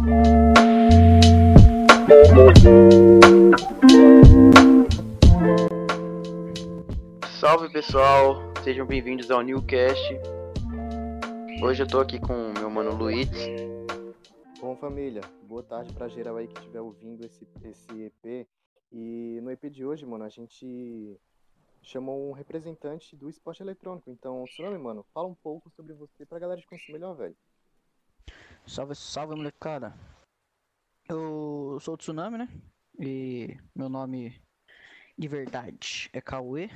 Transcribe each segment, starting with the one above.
Salve pessoal, sejam bem-vindos ao Newcast. Hoje eu tô aqui com o meu mano Luiz. Bom, família, boa tarde pra geral aí que estiver ouvindo esse EP. E no EP de hoje, mano, a gente chamou um representante do esporte eletrônico. Então, Tsunami, mano, fala um pouco sobre você pra galera te conhecer melhor, velho. Salve, salve, molecada. Eu sou o Tsunami, né? E meu nome de verdade é Cauê.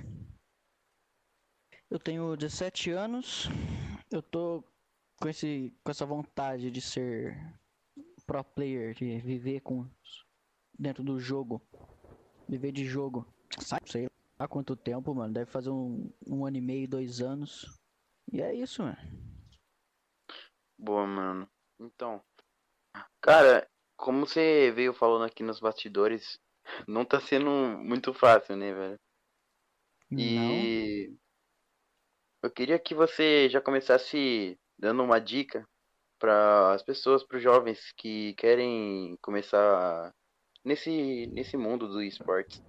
Eu tenho 17 anos. Eu tô com essa vontade de ser pro player, de viver dentro do jogo. Viver de jogo. Sei lá há quanto tempo, mano. Deve fazer um ano e meio, 2 anos. E é isso, mano. Boa, mano. Então, cara, como você veio falando aqui nos bastidores, não tá sendo muito fácil, né, velho? Não. E eu queria que você já começasse dando uma dica para as pessoas, para os jovens que querem começar nesse mundo do esportes.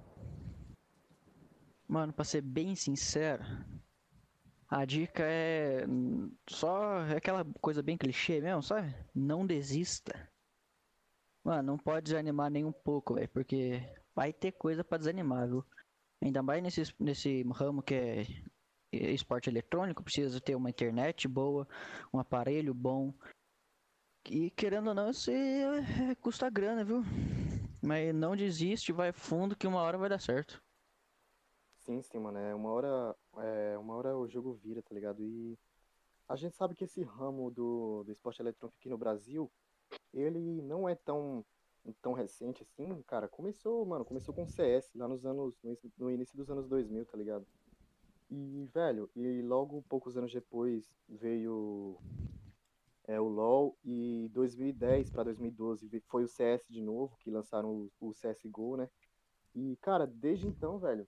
Mano, pra ser bem sincero, a dica é só aquela coisa bem clichê mesmo, sabe? Não desista. Mano, não pode desanimar nem um pouco, velho, porque vai ter coisa pra desanimar, viu? Ainda mais nesse ramo que é esporte eletrônico, precisa ter uma internet boa, um aparelho bom. E querendo ou não, isso custa grana, viu? Mas não desiste, vai fundo que uma hora vai dar certo. Sim, mano, uma hora o jogo vira, tá ligado? E a gente sabe que esse ramo do esporte eletrônico aqui no Brasil, ele não é tão recente assim, cara. Começou com o CS lá no início dos anos 2000, tá ligado? E, velho, e logo poucos anos depois veio o LoL e 2010 para 2012 foi o CS de novo, que lançaram o CSGO, né? E, cara, desde então, velho,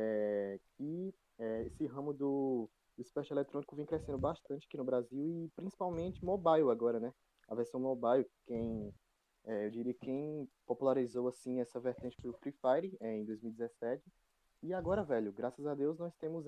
esse ramo do esporte eletrônico vem crescendo bastante aqui no Brasil e principalmente mobile agora, né? A versão mobile, eu diria que quem popularizou, assim, essa vertente foi o Free Fire, em 2017. E agora, velho, graças a Deus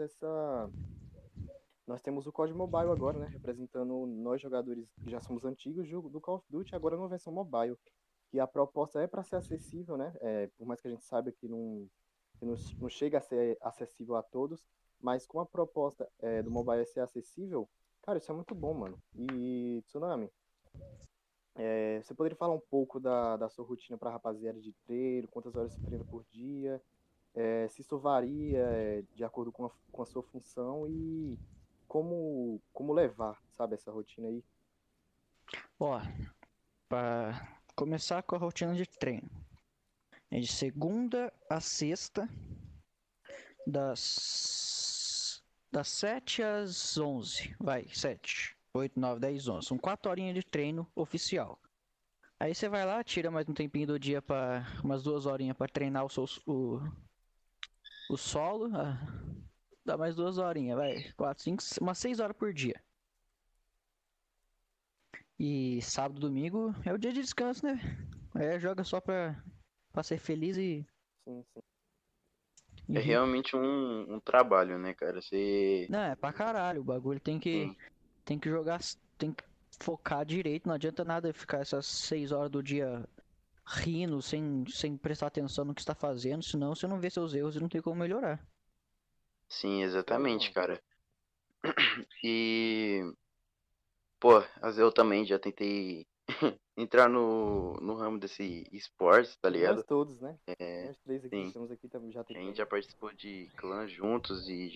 nós temos o COD Mobile agora, né? Representando nós jogadores que já somos antigos do Call of Duty, agora numa versão mobile. Que a proposta é para ser acessível, né? Por mais que a gente saiba que não chega a ser acessível a todos, mas com a proposta do mobile ser acessível, cara, isso é muito bom, mano. E, Tsunami, você poderia falar um pouco da sua rotina para rapaziada de treino, quantas horas você treina por dia, se isso varia de acordo com a sua função e como levar, sabe, essa rotina aí. Ó, pra começar com a rotina de treino. É de segunda a sexta, das 7 às 11. Vai, 7, 8, 9, 10, 11. São 4 horinhas de treino oficial. Aí você vai lá, tira mais um tempinho do dia para umas 2 horinhas para treinar o solo. Dá mais 2 horinhas, vai. 4, 5, umas 6 horas por dia. E sábado, domingo é o dia de descanso, né? Joga só pra ser feliz Sim, sim. É e realmente um trabalho, né, cara? Você. Não, é pra caralho. O bagulho Sim, tem que jogar, tem que focar direito. Não adianta nada ficar essas 6 horas do dia rindo, sem prestar atenção no que está fazendo, senão você não vê seus erros e não tem como melhorar. sim, Isso aí, exatamente, mano. cara. E, pô, eu também já tentei entrar no ramo desse esporte, tá Nós ligado? todos, né? É, Nós três aqui sim. estamos aqui também já A gente tentando. já participou de clã juntos e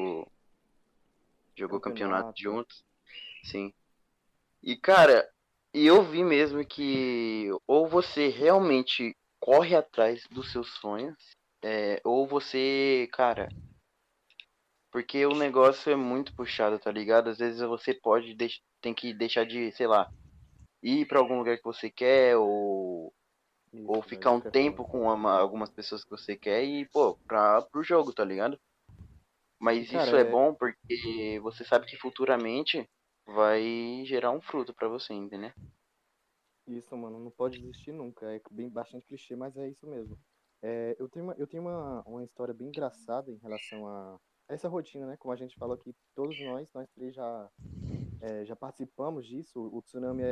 jogou campeonato Campeonato. juntos, sim. E, cara, eu vi mesmo que ou você realmente corre atrás dos seus sonhos, ou você, cara, porque o negócio é muito puxado, tá ligado? Às vezes você tem que deixar de, sei lá, ir pra algum lugar que você quer, ou Isso, velho, ficar um isso que é tempo foda. com algumas pessoas que você quer e, pô, pro jogo, tá ligado? E, Mas cara, isso é bom porque você sabe que futuramente vai gerar um fruto pra você, entendeu? Isso, mano, não pode desistir nunca. É bem bastante clichê, mas é isso mesmo. Eu tenho uma história bem engraçada em relação a essa rotina, né? Como a gente falou aqui, todos nós três já participamos disso. O Tsunami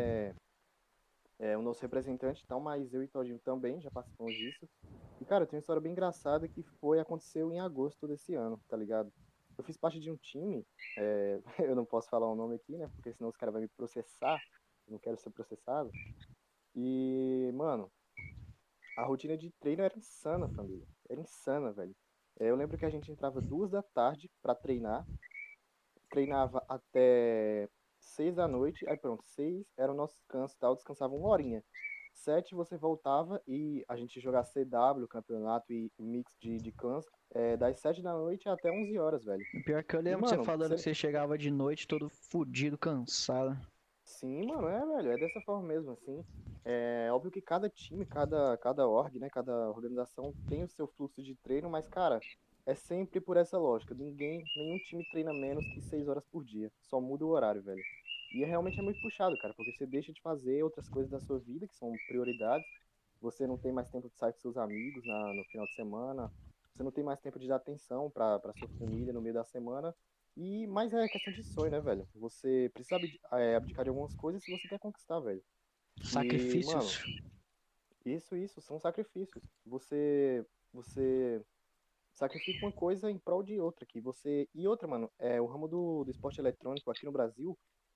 é o nosso representante e tal, mas eu e Todinho também já participamos disso. E, cara, eu tenho uma história bem engraçada que aconteceu em agosto desse ano, tá ligado? Eu fiz parte de um time, eu não posso falar o nome aqui, né? Porque senão os caras vão me processar. Eu não quero ser processado. E, mano, a rotina de treino era insana, família. Era insana, velho. Eu lembro que a gente entrava 2 da tarde pra treinar, treinava até 6 da noite, aí pronto, 6 era o nosso descanso e tal, descansava 1 horinha. 7 você voltava e a gente jogava CW, campeonato e mix de clans, das 7 da noite até 11 horas, velho. Pior que eu E, lembro de você mano, falando que você chegava de noite todo fudido, cansado. sim, mano, velho, é dessa forma mesmo, assim. É óbvio que cada time, cada org, né, cada organização tem o seu fluxo de treino, mas, cara, é sempre por essa lógica. Nenhum time treina menos que 6 horas por dia. Só muda o horário, velho. E realmente é muito puxado, cara, porque você deixa de fazer outras coisas da sua vida, que são prioridades. Você não tem mais tempo de sair com seus amigos no final de semana. Você não tem mais tempo de dar atenção pra sua família no meio da semana. Mas é questão de sonho, né, velho? Você precisa abdicar de algumas coisas se você quer conquistar, velho. E, mano, Sacrifícios. isso, são sacrifícios. Você sacrifica uma coisa em prol de outra aqui. E outra, mano, o ramo do esporte eletrônico aqui no Brasil,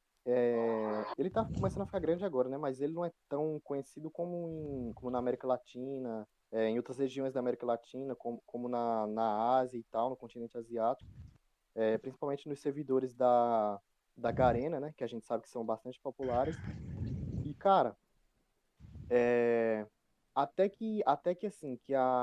ele tá começando a ficar grande agora, né? Mas ele não é tão conhecido como na América Latina, em outras regiões da América Latina, como na Ásia e tal, no continente asiático. Principalmente nos servidores da Garena, né, que a gente sabe que são bastante populares. E, cara, é, até que assim,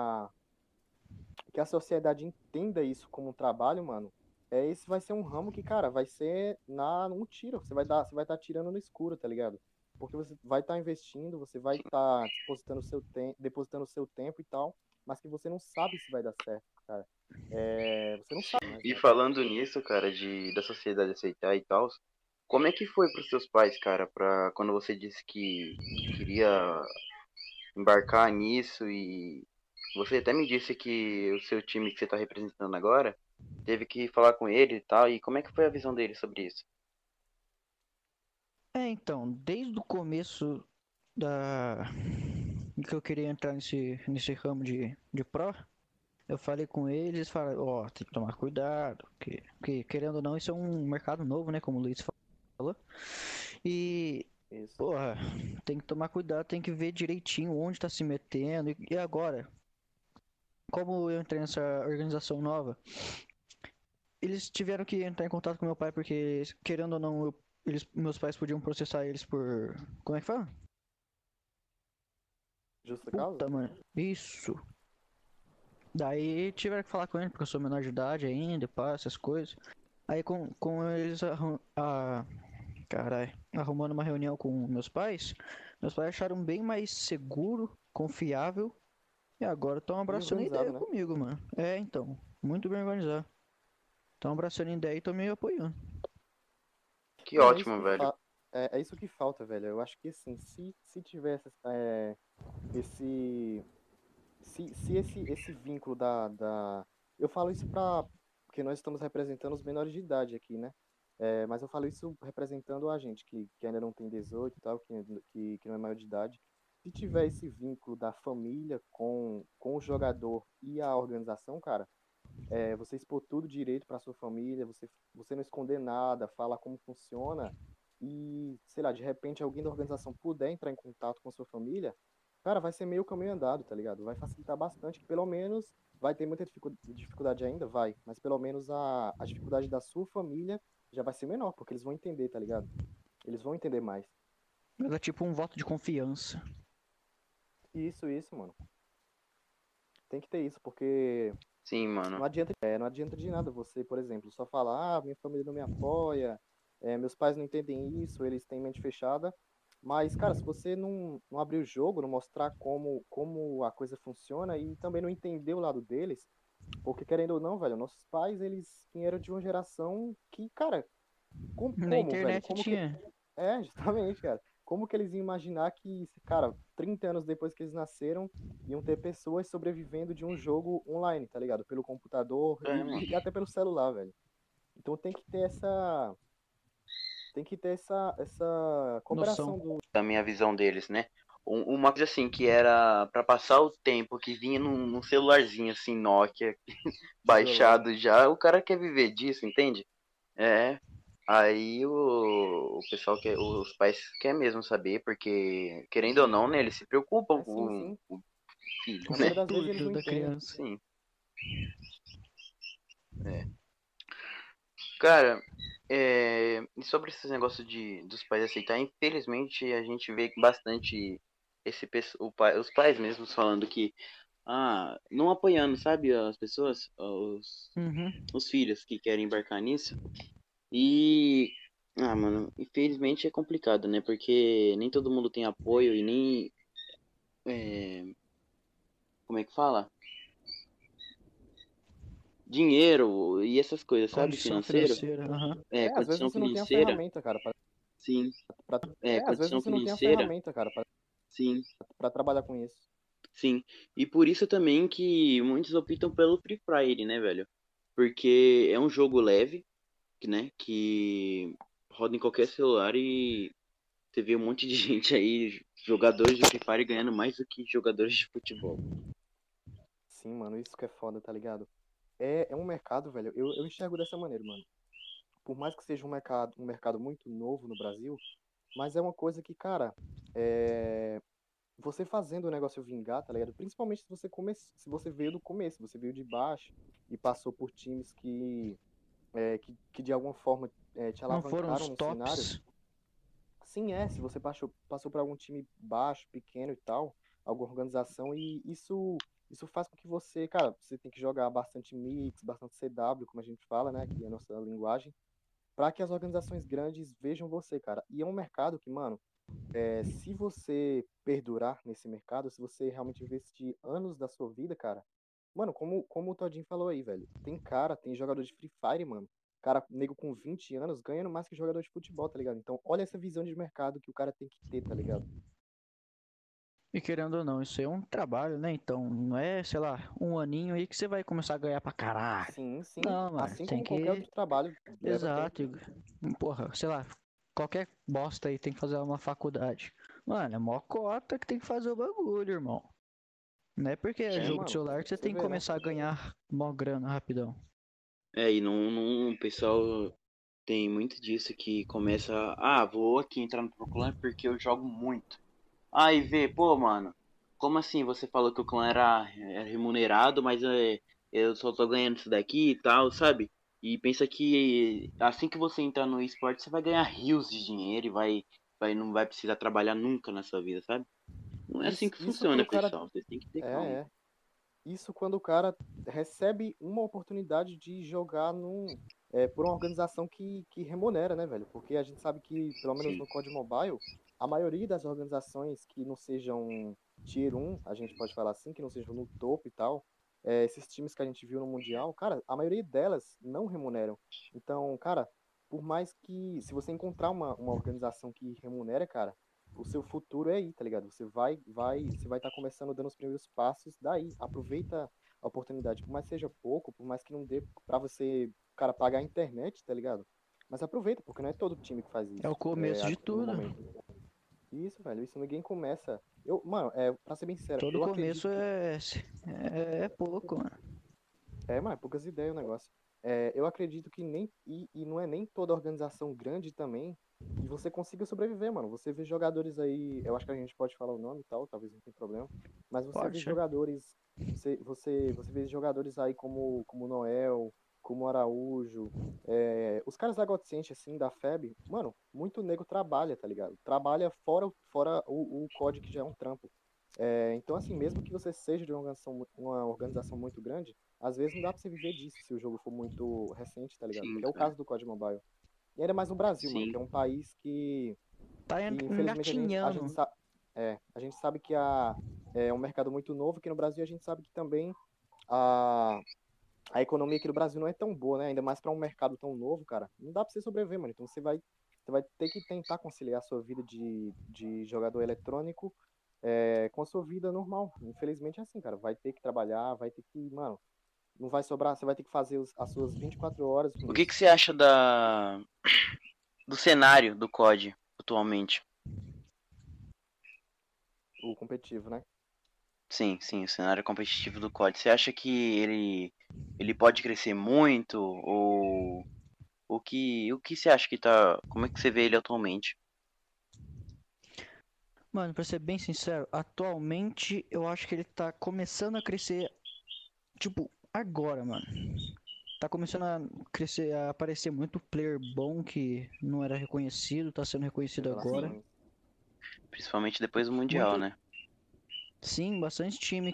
que a sociedade entenda isso como um trabalho, mano, esse vai ser um ramo que, cara, vai ser num tiro, você vai estar tirando no escuro, tá ligado? Porque você vai estar investindo, você vai estar depositando seu tempo e tal, mas que você não sabe se vai dar certo, cara. Você não sabe, mais E nada. falando nisso, cara, da sociedade aceitar e tal, como é que foi pros seus pais, cara, pra quando você disse que queria embarcar nisso e você até me disse que o seu time que você tá representando agora teve que falar com ele e tal, e como é que foi a visão dele sobre isso? Então, desde o começo da que eu queria entrar nesse ramo de pro, eu falei com eles, falaram, ó, tem que tomar cuidado, que querendo ou não, isso é um mercado novo, né, como o Luiz falou. E, Isso. porra, tem que tomar cuidado, tem que ver direitinho onde tá se metendo. E agora, como eu entrei nessa organização nova, eles tiveram que entrar em contato com meu pai, porque, querendo ou não, meus pais podiam processar eles por. Como é que fala? Justa causa? Puta, mano. Isso. Daí tiveram que falar com ele, porque eu sou menor de idade ainda, pá, essas coisas. Aí com eles arrumando uma reunião com meus pais acharam bem mais seguro, confiável, e agora estão E abraçando a ideia organizado, né? comigo, mano. É, então, muito bem organizado. Estão abraçando a ideia e estão me apoiando. Que Mano, é isso ótimo, que velho. fa... é isso que falta, velho. Eu acho que assim, se tivesse esse se esse vínculo eu falo isso porque nós estamos representando os menores de idade aqui, né? Mas eu falo isso representando a gente que ainda não tem 18 e tal, que não é maior de idade. Se tiver esse vínculo da família com o jogador e a organização, cara, você expor tudo direito para sua família, você não esconder nada, falar como funciona e, sei lá, de repente alguém da organização puder entrar em contato com sua família, cara, vai ser meio caminho andado, tá ligado? Vai facilitar bastante, que pelo menos vai ter muita dificuldade ainda, vai, mas pelo menos a dificuldade da sua família já vai ser menor, porque eles vão entender, tá ligado? Eles vão entender mais. Mas é tipo um voto de confiança. Isso, mano. Tem que ter isso, porque Sim, mano. não adianta de nada você, por exemplo, só falar, minha família não me apoia, meus pais não entendem isso, eles têm mente fechada. Mas, cara, se você não abrir o jogo, não mostrar como a coisa funciona e também não entender o lado deles, porque querendo ou não, velho, nossos pais, eles vieram de uma geração que, cara, Na como, velho? internet Como que. tinha. Justamente, cara. como que eles iam imaginar que, cara, 30 anos depois que eles nasceram, iam ter pessoas sobrevivendo de um jogo online, tá ligado? Pelo computador Mano. e até pelo celular, velho. Então tem que ter essa Noção. cooperação do. Da minha visão deles, né? Uma coisa assim que era pra passar o tempo, que vinha num celularzinho assim, Nokia, Isolado. baixado já, o cara quer viver disso, entende? É. Aí o pessoal quer, os pais querem mesmo saber, porque, querendo ou não, né, eles se preocupam É, sim, com sim. o filho, Na né? maioria das vezes eles Tudo não da entendem. criança. Sim. É. Cara, e sobre esses negócios dos pais aceitar, infelizmente a gente vê bastante os pais mesmos falando que, não apoiando, sabe, as pessoas, Uhum. os filhos que querem embarcar nisso. E, mano, infelizmente é complicado, né? Porque nem todo mundo tem apoio e nem, é, como é que fala? Dinheiro e essas coisas, sabe? Condição Financeiro. financeira. Aham. Às vezes Condição você não tem a financeira, ferramenta, cara, sim. pra... às vezes Condição você não tem a financeira, ferramenta, cara, sim. pra trabalhar com isso. Sim, e por isso também que muitos optam pelo Free Fire, né, velho? Porque é um jogo leve, né, que roda em qualquer celular e você vê um monte de gente aí, jogadores de Free Fire ganhando mais do que jogadores de futebol. Sim, mano, isso que é foda, tá ligado? É um mercado, velho, eu enxergo dessa maneira, mano. Por mais que seja um mercado muito novo no Brasil, mas é uma coisa que, cara, você fazendo o negócio vingar, tá ligado? Principalmente se você veio do começo, você veio de baixo e passou por times que de alguma forma te Não foram alavancaram os no cenário. tops. Sim, se você passou por algum time baixo, pequeno e tal, alguma organização, e isso faz com que você, cara, você tem que jogar bastante mix, bastante CW, como a gente fala, né, que é a nossa linguagem, para que as organizações grandes vejam você, cara. E é um mercado que, mano, se você perdurar nesse mercado, se você realmente investir anos da sua vida, cara, mano, como o Todinho falou aí, velho, tem jogador de Free Fire, mano, cara, nego com 20 anos ganhando mais que jogador de futebol, tá ligado? Então, olha essa visão de mercado que o cara tem que ter, tá ligado? E querendo ou não, isso é um trabalho, né? Então, não é, sei lá, um aninho aí que você vai começar a ganhar pra caralho. Sim, sim. Não, mano, Assim tem como qualquer que. outro trabalho leva Exato. tempo. Porra, sei lá, qualquer bosta aí tem que fazer uma faculdade. Mano, é mó cota que tem que fazer o bagulho, irmão. Não é porque é É, jogo de mano, celular que você você tem que vê, né? começar a ganhar mó grana rapidão. E o pessoal tem muito disso que começa, vou aqui entrar no Pro Clan porque eu jogo muito. Aí vê, pô, mano, como assim você falou que o clã era remunerado, mas eu só tô ganhando isso daqui e tal, sabe? E pensa que assim que você entrar no esporte, você vai ganhar rios de dinheiro e não vai precisar trabalhar nunca na sua vida, sabe? Não é assim Isso, que isso quando funciona, o cara. pessoal. Vocês têm que ter calma. É, é. Isso quando o cara recebe uma oportunidade de jogar por uma organização que remunera, né, velho? Porque a gente sabe que, pelo menos Sim, no COD Mobile, a maioria das organizações que não sejam Tier 1, a gente pode falar assim, que não sejam no topo e tal, esses times que a gente viu no Mundial, cara, a maioria delas não remuneram. Então, cara, por mais que, se você encontrar uma organização que remunera, cara, o seu futuro é aí, tá ligado? Você vai estar começando dando os primeiros passos daí. Aproveita a oportunidade, por mais que seja pouco, por mais que não dê pra você, cara, pagar a internet, tá ligado? Mas aproveita, porque não é todo time que faz É o isso, começo de no tudo. momento. Isso, velho, isso ninguém começa. Mano, pra ser bem sincero, Todo eu começo acredito que é pouco, mano. Mas poucas ideias o negócio. Eu acredito que e não é nem toda organização grande também que você consiga sobreviver, mano. Você vê jogadores aí, eu acho que a gente pode falar o nome e tal, talvez não tenha problema, mas você vê Pode. jogadores, você vê jogadores aí como Noel, como Araújo, os caras da Godsent, assim, da FEB, mano, muito nego trabalha, tá ligado? Trabalha fora o código que já é um trampo. Então, assim, mesmo que você seja de uma organização muito grande, às vezes não dá pra você viver disso se o jogo for muito recente, tá ligado? sim, Que é o cara. caso do COD Mobile. E ainda mais no Brasil, mano, que Sim, é um país que infelizmente Engatinhando. a gente sabe que é um mercado muito novo aqui no Brasil, e a gente sabe que também a, a economia aqui do Brasil não é tão boa, né? Ainda mais para um mercado tão novo, cara. Não dá pra você sobreviver, mano. Então você vai você vai ter que tentar conciliar a sua vida de jogador eletrônico com a sua vida normal. Infelizmente é assim, cara. Vai ter que trabalhar, vai ter que, mano, não vai sobrar, você vai ter que fazer as suas 24 horas O com que isso. que você acha do cenário do COD atualmente? O competitivo, né? Sim, sim, o cenário competitivo do COD. Você acha que ele pode crescer muito? Ou o que você acha que tá. Como é que você vê ele atualmente? Mano, pra ser bem sincero, atualmente eu acho que ele tá começando a crescer, tipo, agora, mano. Tá começando a crescer, a aparecer muito player bom que não era reconhecido, tá sendo reconhecido agora. Sim, Revelações. principalmente depois do Mundial, Muito, né? sim, bastante time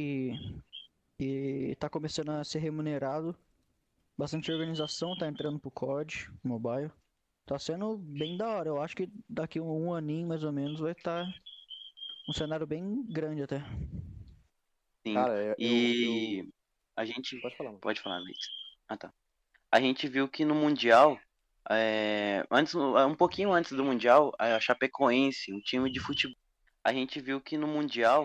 que tá começando a ser remunerado. Bastante organização tá entrando pro COD Mobile. Tá sendo bem da hora. Eu acho que daqui um aninho mais ou menos vai estar um cenário bem grande até. Sim. Cara, E a gente. pode falar, mano. Pode falar, Luiz. Ah, tá. A gente viu que no Mundial, um pouquinho antes do Mundial, a Chapecoense, um time de futebol. A gente viu que no Mundial,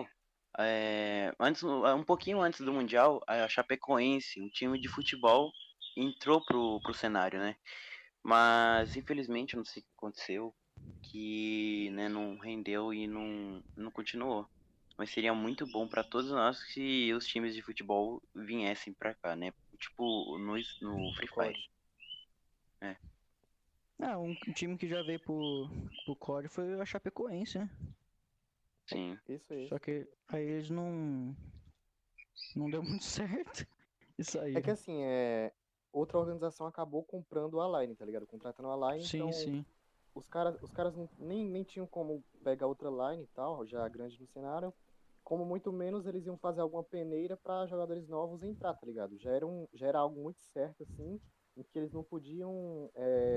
um pouquinho antes do Mundial, a Chapecoense, um time de futebol, entrou pro cenário, né? Mas infelizmente, eu não sei o que aconteceu, que né, não rendeu e não continuou. Mas seria muito bom para todos nós se os times de futebol viessem pra cá, né? Tipo no O Free Fire. COD. É, Ah, um time que já veio pro COD foi a Chapecoense, né? sim, Só Isso. que aí eles não deu muito certo e É que saíram. assim, outra organização acabou comprando a Line, tá ligado? Contratando a Line, Sim, então sim. os caras nem tinham como pegar outra line e tal, já grande no cenário. Como muito menos eles iam fazer alguma peneira para jogadores novos entrar, tá ligado? Já era algo muito certo, assim, em que eles não podiam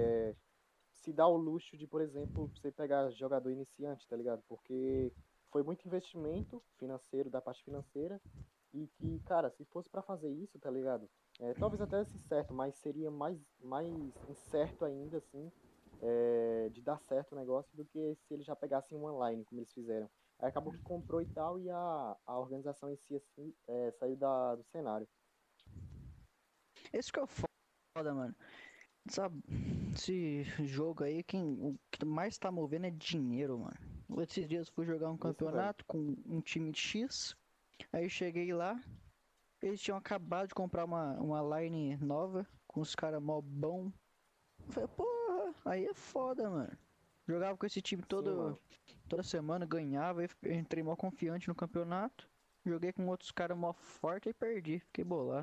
se dar o luxo de, por exemplo, você pegar jogador iniciante, tá ligado? Porque foi muito investimento financeiro, da parte financeira, e que, cara, se fosse para fazer isso, tá ligado? Talvez até desse certo, mas seria mais incerto ainda, assim, de dar certo o negócio do que se eles já pegassem um online, como eles fizeram. Aí acabou que comprou e tal, e a organização em si, assim, saiu do cenário. Esse que é o foda, mano. Sabe, esse jogo aí, o que mais tá movendo é dinheiro, mano. Esses dias eu fui jogar um Isso, velho. campeonato com um time de X. Aí eu cheguei lá, eles tinham acabado de comprar uma line nova, com os caras mó bom. Eu falei, porra, aí é foda, mano. Jogava com esse time Sim, mano. toda semana, ganhava, e entrei mó confiante no campeonato. Joguei com outros caras mó forte e perdi, fiquei bolado.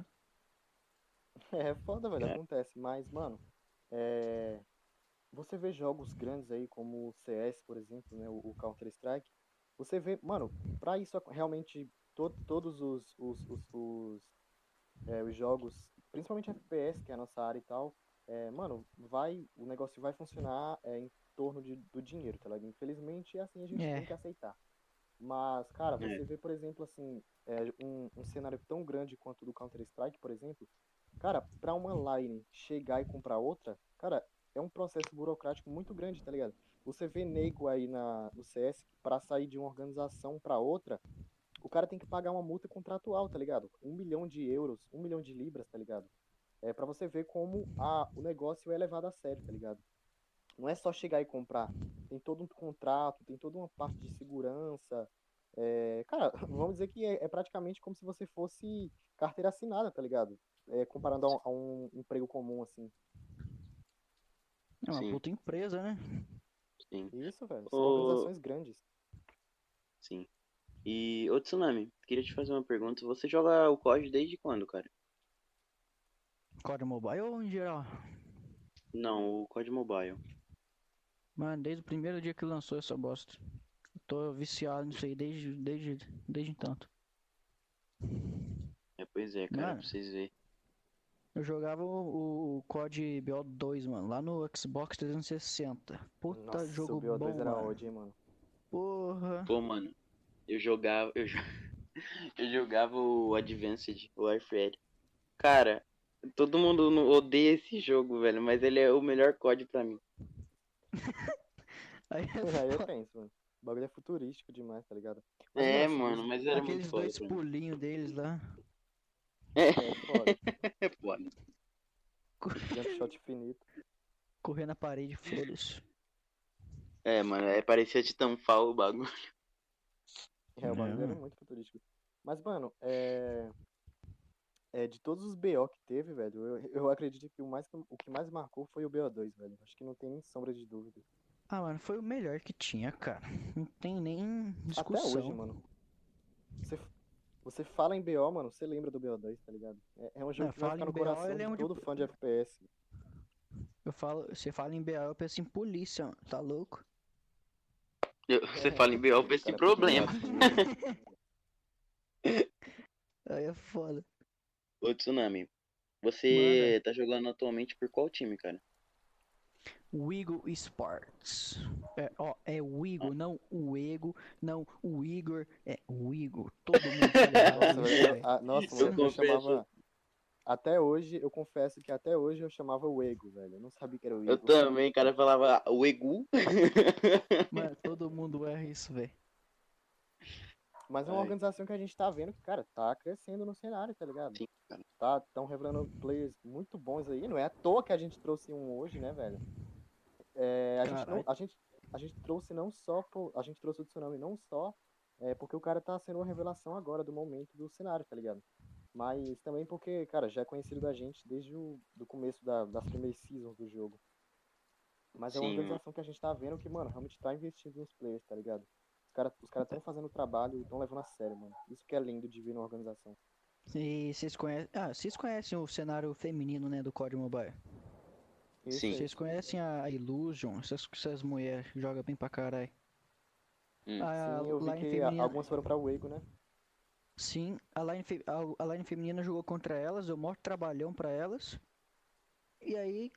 É foda, velho, é, acontece. Mas, mano, é, você vê jogos grandes aí, como o CS, por exemplo, né, o Counter-Strike. Você vê, mano, pra isso realmente, todos os jogos, principalmente FPS, que é a nossa área e tal, mano, o negócio vai funcionar em torno do dinheiro, tá ligado? Infelizmente, é assim, a gente tem que É, aceitar. Mas, cara, é, você vê, por exemplo, assim, um cenário tão grande quanto o do Counter-Strike, por exemplo, cara, pra uma line chegar e comprar outra, cara, é um processo burocrático muito grande, tá ligado? Você vê nego aí no CS, que pra sair de uma organização pra outra, o cara tem que pagar uma multa contratual, tá ligado? 1 milhão de euros, 1 milhão de libras, tá ligado? Pra você ver como o negócio é levado a sério, tá ligado? Não é só chegar e comprar. Tem todo um contrato, tem toda uma parte de segurança. Cara, vamos dizer que é praticamente como se você fosse carteira assinada, tá ligado? Comparando a um emprego comum, assim. é uma sim, puta empresa, né? sim. Isso, velho, são Ô, organizações grandes. sim. E, ô Tsunami, queria te fazer uma pergunta. Você joga o COD desde quando, cara? COD Mobile ou em geral? Não, o COD Mobile. Mano, desde o primeiro dia que lançou essa bosta. Tô viciado nisso aí desde tanto. Pois é, cara, Mano, pra vocês verem. eu jogava o COD BO2, mano, lá no Xbox 360. Puta Nossa, o jogo BO2 bom, era mano. ódio, hein, mano. Porra. Pô, mano, eu jogava, eu jogava o Advanced Warfare. Cara, todo mundo odeia esse jogo, velho, mas ele é o melhor COD pra mim. Aí é Aí é foda. tenso, mano. O bagulho é futurístico demais, tá ligado? Mas, É, mano, mano, mas era muito Aqueles foda dois pra mim. pulinhos deles lá. é foda. É foda. co- Jump shot infinito. Correr na parede, foda-se. É, mano, parecia Titanfall o bagulho. É, o É, bagulho era mano. muito futurístico. Mas, mano, de todos os BO que teve, velho, eu acredito que o que mais marcou foi o BO2, velho. Acho que não tem nem sombra de dúvida. Ah, mano, foi o melhor que tinha, cara. Não tem nem Até hoje, discussão. mano. Você, você fala em BO, mano, você lembra do BO2, tá ligado? É um jogo Não, que vai fala ficar em no BO, eu coração de lembro de. todo fã de FPS. Você fala em BO, eu penso em polícia, mano. Tá louco? Você fala em BO, eu O penso em cara pensa em problema. ratinho. Aí é foda. Ô, Tsunami, Manda. você tá jogando atualmente por qual time, cara? Wigo Sports. É o Ah, Wigo, não o Ego, não o Igor. É o Wigo. Todo mundo fala errado Nossa, velho, isso, velho. nossa, eu mano, eu confesso, chamava. Até hoje, eu confesso que até hoje eu chamava o Ego, velho. Eu não sabia que era o eu Igor. também, cara, falava o Egu. Mano, todo mundo erra isso, velho. Mas é uma Ai, organização que a gente tá vendo que, cara, tá crescendo no cenário, tá ligado? sim, cara. Tão revelando players muito bons aí. Não é à toa que a gente trouxe um hoje, né, velho? É, a gente não, Caralho. a gente trouxe não só, a gente trouxe o Tsunami não só porque o cara tá sendo uma revelação agora do momento do cenário, tá ligado? Mas também porque, cara, já é conhecido da gente desde o do começo das primeiras seasons do jogo. Mas é uma Sim, mano. organização que a gente tá vendo que, mano, realmente tá investindo nos players, tá ligado? Os cara tão fazendo o trabalho e tão levando a sério, mano. Isso que é lindo de ver numa organização. E vocês conhecem. Ah, vocês conhecem o cenário feminino, né, do COD Mobile? Esse Sim. aí, Vocês conhecem a Illusion? Essas mulheres jogam bem pra caralho. Hum. A sim, eu vi Line que feminina. algumas foram pra Wego, né? Sim, a line feminina jogou contra elas, deu maior trabalhão pra elas. E aí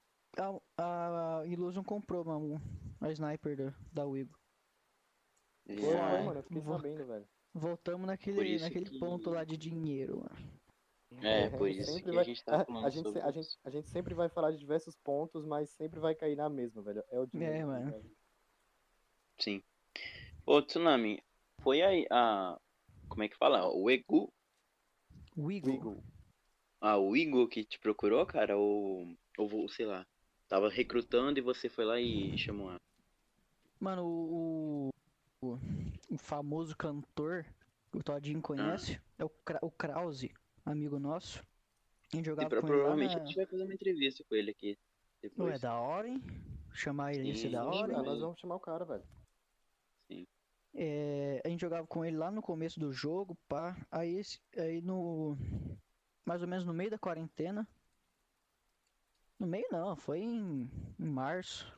a Illusion comprou, mano, a sniper da Wigo. Foi, Ah, Foda. mano, eu fiquei sabendo, velho. Voltamos por isso naquele ponto lá que. de dinheiro, mano. É, A por gente isso sempre que a vai. gente tá falando A sobre gente, isso. a gente sempre vai falar de diversos pontos, mas sempre vai cair na mesma, velho. É o dinheiro, É, tá mano. ligado? Sim. Ô, Tsunami, foi aí a. Como é que fala? O Egu? Wigo. Wiggle. Ah, o Igor que te procurou, cara? Ou sei lá. Tava recrutando e você foi lá e chamou ela. Mano, o, o famoso cantor que o Todinho Ah, conhece é o Krause, amigo nosso. A gente e jogava com ele lá provavelmente a na. gente vai fazer uma entrevista com ele aqui Ué, depois. da hora, hein? Chamar ele ia ser Sim, da vamos hora, hein? Nós chamar. vamos chamar o cara, velho. Sim. É, a gente jogava com ele lá no começo do jogo, pá. Aí no. Mais ou menos no meio da quarentena. No meio não, foi em março.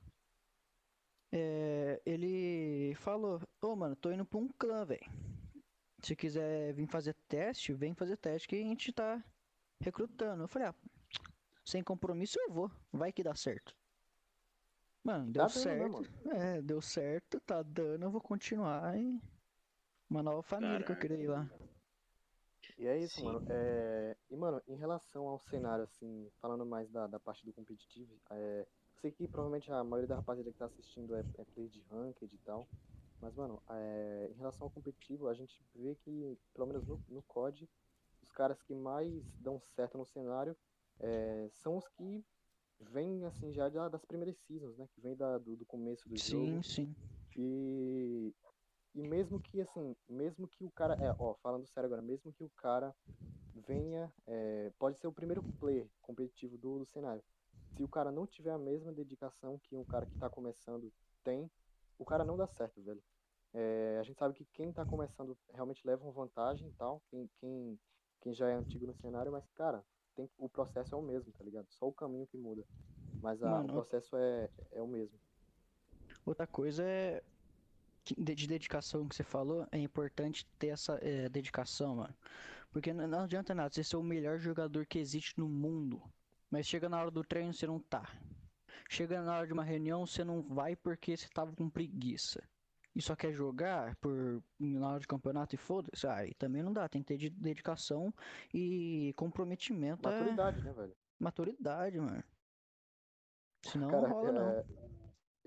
Ele falou: Ô, mano, tô indo pra um clã, velho. Se quiser vir fazer teste, vem fazer teste que a gente tá recrutando. Eu falei: sem compromisso eu vou. Vai que dá certo. Mano, E deu tá dando, né, certo. mano? É, deu certo, tá dando, eu vou continuar. E uma nova família que eu Caraca. criei lá. E é isso, Sim. mano. E, mano, em relação ao cenário, assim, falando mais da parte do competitivo, eu sei que provavelmente a maioria da rapaziada que tá assistindo é player de ranked e tal. Mas, mano, em relação ao competitivo, a gente vê que, pelo menos no COD, os caras que mais dão certo no cenário são os que vêm, assim, já das primeiras seasons, né? Que vem do começo do Sim, jogo. sim. E, e mesmo que, assim, mesmo que o cara. Falando sério agora, mesmo que o cara venha. Pode ser o primeiro player competitivo do cenário. Se o cara não tiver a mesma dedicação que um cara que tá começando tem, o cara não dá certo, velho. A gente sabe que quem tá começando realmente leva uma vantagem e tal, quem já é antigo no cenário, mas, cara, o processo é o mesmo, tá ligado? Só o caminho que muda. Mas o Mano, processo é o mesmo. outra coisa é de dedicação que você falou, é importante ter essa dedicação, mano. Porque não adianta nada você ser o melhor jogador que existe no mundo, mas chega na hora do treino você não tá. Chega na hora de uma reunião você não vai porque você tava com preguiça. E só quer jogar na hora de campeonato e foda-se. Aí também não dá, tem que ter dedicação e comprometimento, Maturidade, né, velho? maturidade, mano. Senão não Cara, rola não.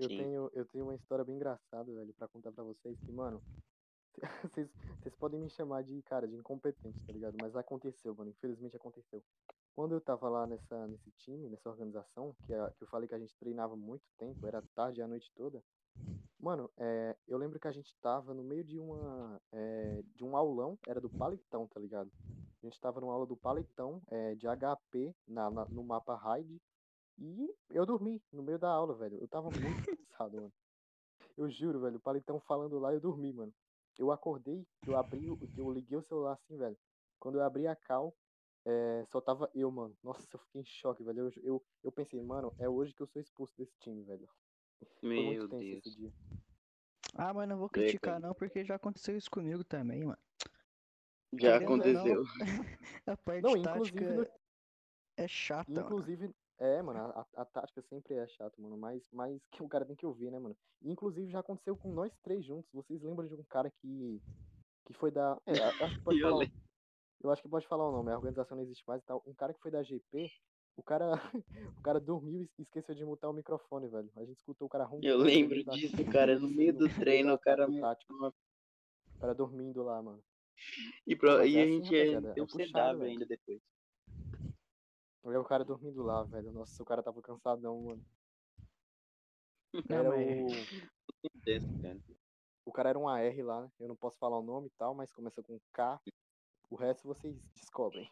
Sim. eu tenho uma história bem engraçada, velho, pra contar pra vocês que, mano, vocês podem me chamar de, cara, de incompetente, tá ligado? Mas aconteceu, mano, infelizmente aconteceu. Quando eu tava lá nesse time, nessa organização, que eu falei que a gente treinava muito tempo, era tarde e a noite toda, mano, eu lembro que a gente tava no meio de um aulão, era do Palitão, tá ligado? A gente tava numa aula do Palitão, de HP, no mapa Raid, e eu dormi no meio da aula, velho. Eu tava muito cansado, mano. Eu juro, velho, o Palitão falando lá, eu dormi, mano. Eu acordei, que eu liguei o celular assim, velho. Quando eu abri a cal, só tava eu, mano. Nossa, eu fiquei em choque, velho. Eu pensei, mano, é hoje que eu sou expulso desse time, velho. Foi muito Meu tenso esse Deus. dia. Ah, mas não vou É, cara. criticar não, porque já aconteceu isso comigo também, mano. Já Pois Querendo ou é, não, aconteceu. a não, parte inclusive tática é chata, mano. Inclusive, mano, a tática sempre é chato, mano, mas que o cara tem que ouvir, né, mano? Inclusive já aconteceu com nós três juntos. Vocês lembram de um cara que foi da. Eu acho que pode Eu falar. lembro. Eu acho que pode falar o nome, a organização não existe mais e tal. Um cara que foi da GP, o cara, o cara dormiu e esqueceu de mutar o microfone, velho. A gente escutou o cara Eu roncando no lembro meio disso, no cara. meio No meio do no meio treino, o cara. do tático. O cara dormindo lá, mano. E, Pô, mas e é a assim, gente é, rapaziada. deu É um puxado, CW velho. ainda depois. Olha o cara dormindo lá, velho. Nossa, o cara tava cansadão, mano. Não, Era mas Acontece, cara. O cara era um AR lá, né? Eu não posso falar o nome e tal, mas começa com K. O resto vocês descobrem.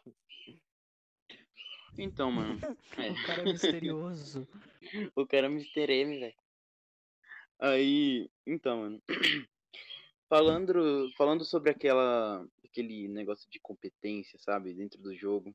Então, mano. É. o cara é misterioso. O cara é Mr. M, velho. Aí. Então, mano. Falando sobre aquele negócio de competência, sabe? Dentro do jogo.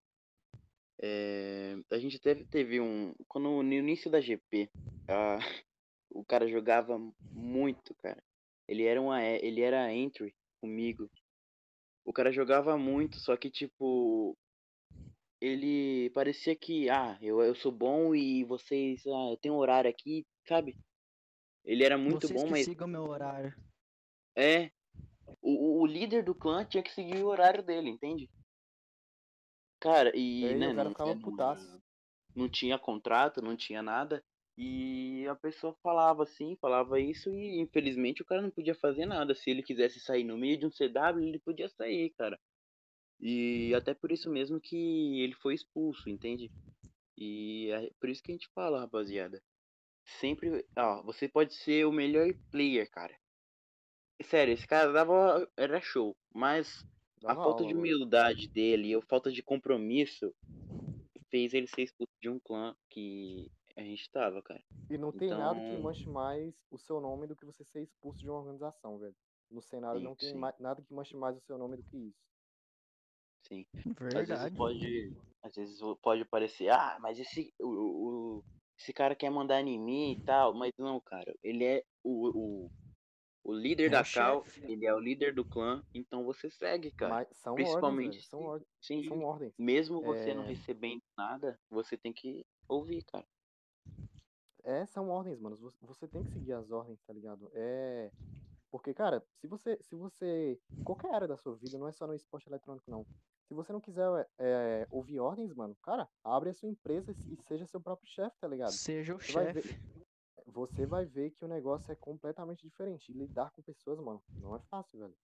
A gente teve um. Quando no início da GP, a, o cara jogava muito, cara. Ele era entry comigo. O cara jogava muito, só que tipo, ele parecia que, eu sou bom e vocês, eu tenho um horário aqui, sabe? Ele era muito Vocês bom, que mas sigam meu horário. é, o líder do clã tinha que seguir o horário dele, entende? Cara, E e aí né, o cara ficava putaço. não tinha contrato, não tinha nada. E a pessoa falava assim, falava isso, e infelizmente o cara não podia fazer nada. Se ele quisesse sair no meio de um CW, ele podia sair, cara. E até por isso mesmo que ele foi expulso, entende? E é por isso que a gente fala, rapaziada. Sempre, você pode ser o melhor player, cara. Sério, esse cara era show, mas a Dava falta aula, de mano. humildade dele e a falta de compromisso fez ele ser expulso de um clã que a gente tava, cara. E não tem Então, nada que manche mais o seu nome do que você ser expulso de uma organização, velho. No cenário sim, não tem sim, nada que manche mais o seu nome do que isso. sim. Às vezes Verdade. pode, às vezes pode parecer, mas esse cara quer mandar em mim e tal, mas não, cara. Ele é o líder É o da Cal, chefe. ele é o líder do clã, então você segue, cara. Mas são ordens, Principalmente velho. São, são sim, ordens. mesmo você não É, recebendo nada, você tem que ouvir, cara. são ordens, mano. Você tem que seguir as ordens, tá ligado? Porque, cara, em qualquer área da sua vida, não é só no esporte eletrônico, não. Se você não quiser ouvir ordens, mano, cara, abre a sua empresa e seja seu próprio chefe, tá ligado? Seja o Você vai ver, chefe. você vai ver que o negócio é completamente diferente. E lidar com pessoas, mano, não é fácil, velho.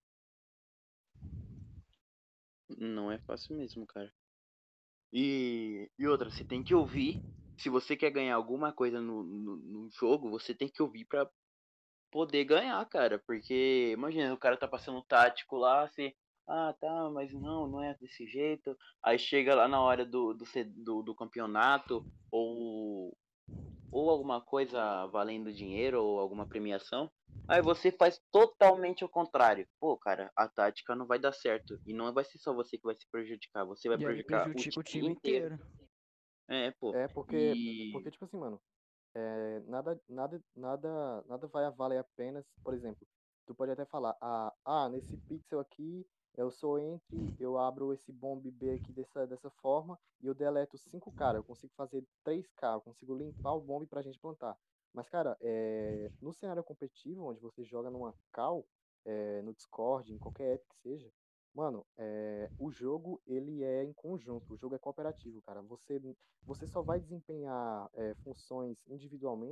Não é fácil mesmo, cara. E outra, você tem que ouvir. Se você quer ganhar alguma coisa no jogo, você tem que ouvir pra poder ganhar, cara. Porque, imagina, o cara tá passando tático lá, você. Ah, tá, mas não é desse jeito. Aí chega lá na hora do campeonato, ou alguma coisa valendo dinheiro, ou alguma premiação. Aí você faz totalmente o contrário. Pô, cara, a tática não vai dar certo. E não vai ser só você que vai se prejudicar, você vai E aí prejudicar o prejudica o time time inteiro. inteiro. É, pô. É E. porque tipo assim, mano, nada vai valer a pena, por exemplo, tu pode até falar, nesse pixel aqui, eu sou entre, eu abro esse bomb B aqui dessa forma e eu deleto 5K, eu consigo fazer 3K, eu consigo limpar o bomb pra gente plantar. Mas, cara, no cenário competitivo, onde você joga numa call, no Discord, em qualquer app que seja, mano, o jogo, ele é em conjunto, o jogo é cooperativo, cara. Você só vai desempenhar funções individualmente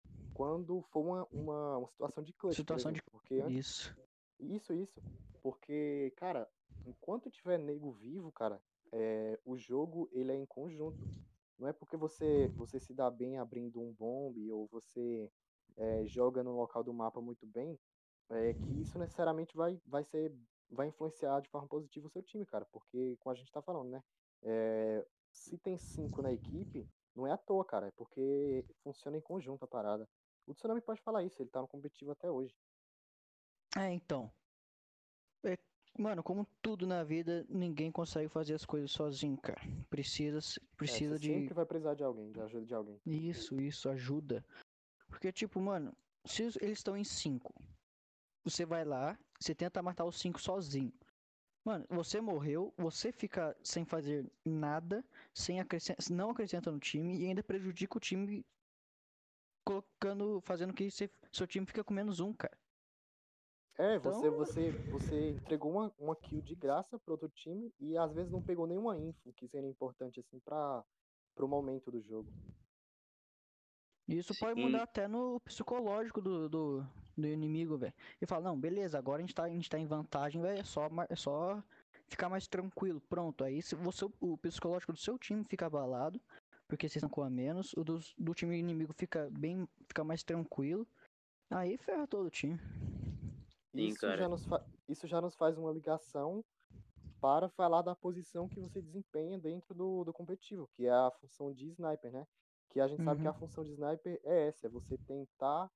quando for uma situação de clutch, por Situação de. exemplo. Porque Isso. Isso. Porque, cara, enquanto tiver nego vivo, cara, o jogo ele é em conjunto. Não é porque você se dá bem abrindo um bombe ou você joga no local do mapa muito bem, que isso necessariamente vai influenciar de forma positiva o seu time, cara. Porque, como a gente tá falando, né? Se tem 5 na equipe, não é à toa, cara. É porque funciona em conjunto a parada. O Tsunami pode falar isso, ele tá no competitivo até hoje. Então. É, mano, como tudo na vida, ninguém consegue fazer as coisas sozinho, cara. Precisa, Você precisa de sempre vai precisar de alguém, de ajuda de alguém. isso, ajuda. Porque, tipo, mano, se eles estão em 5, você vai lá, você tenta matar os 5 sozinho. Mano, você morreu, você fica sem fazer nada, não acrescenta no time e ainda prejudica o time fazendo que seu time fica com menos 1, cara. Então, Você entregou uma kill de graça pro outro time e às vezes não pegou nenhuma info que seria importante assim para pro momento do jogo. isso pode Sim, mudar até no psicológico do inimigo, velho. E fala, não, beleza, agora a gente tá em vantagem, velho, é só ficar mais tranquilo. Pronto, aí se você, o psicológico do seu time fica abalado, porque vocês estão com a menos, o do time inimigo fica mais tranquilo, aí ferra todo o time. sim, cara. Isso já nos faz uma ligação para falar da posição que você desempenha dentro do competitivo, que é a função de sniper, né? Que a gente sabe que a Uhum, função de sniper é essa, é você tentar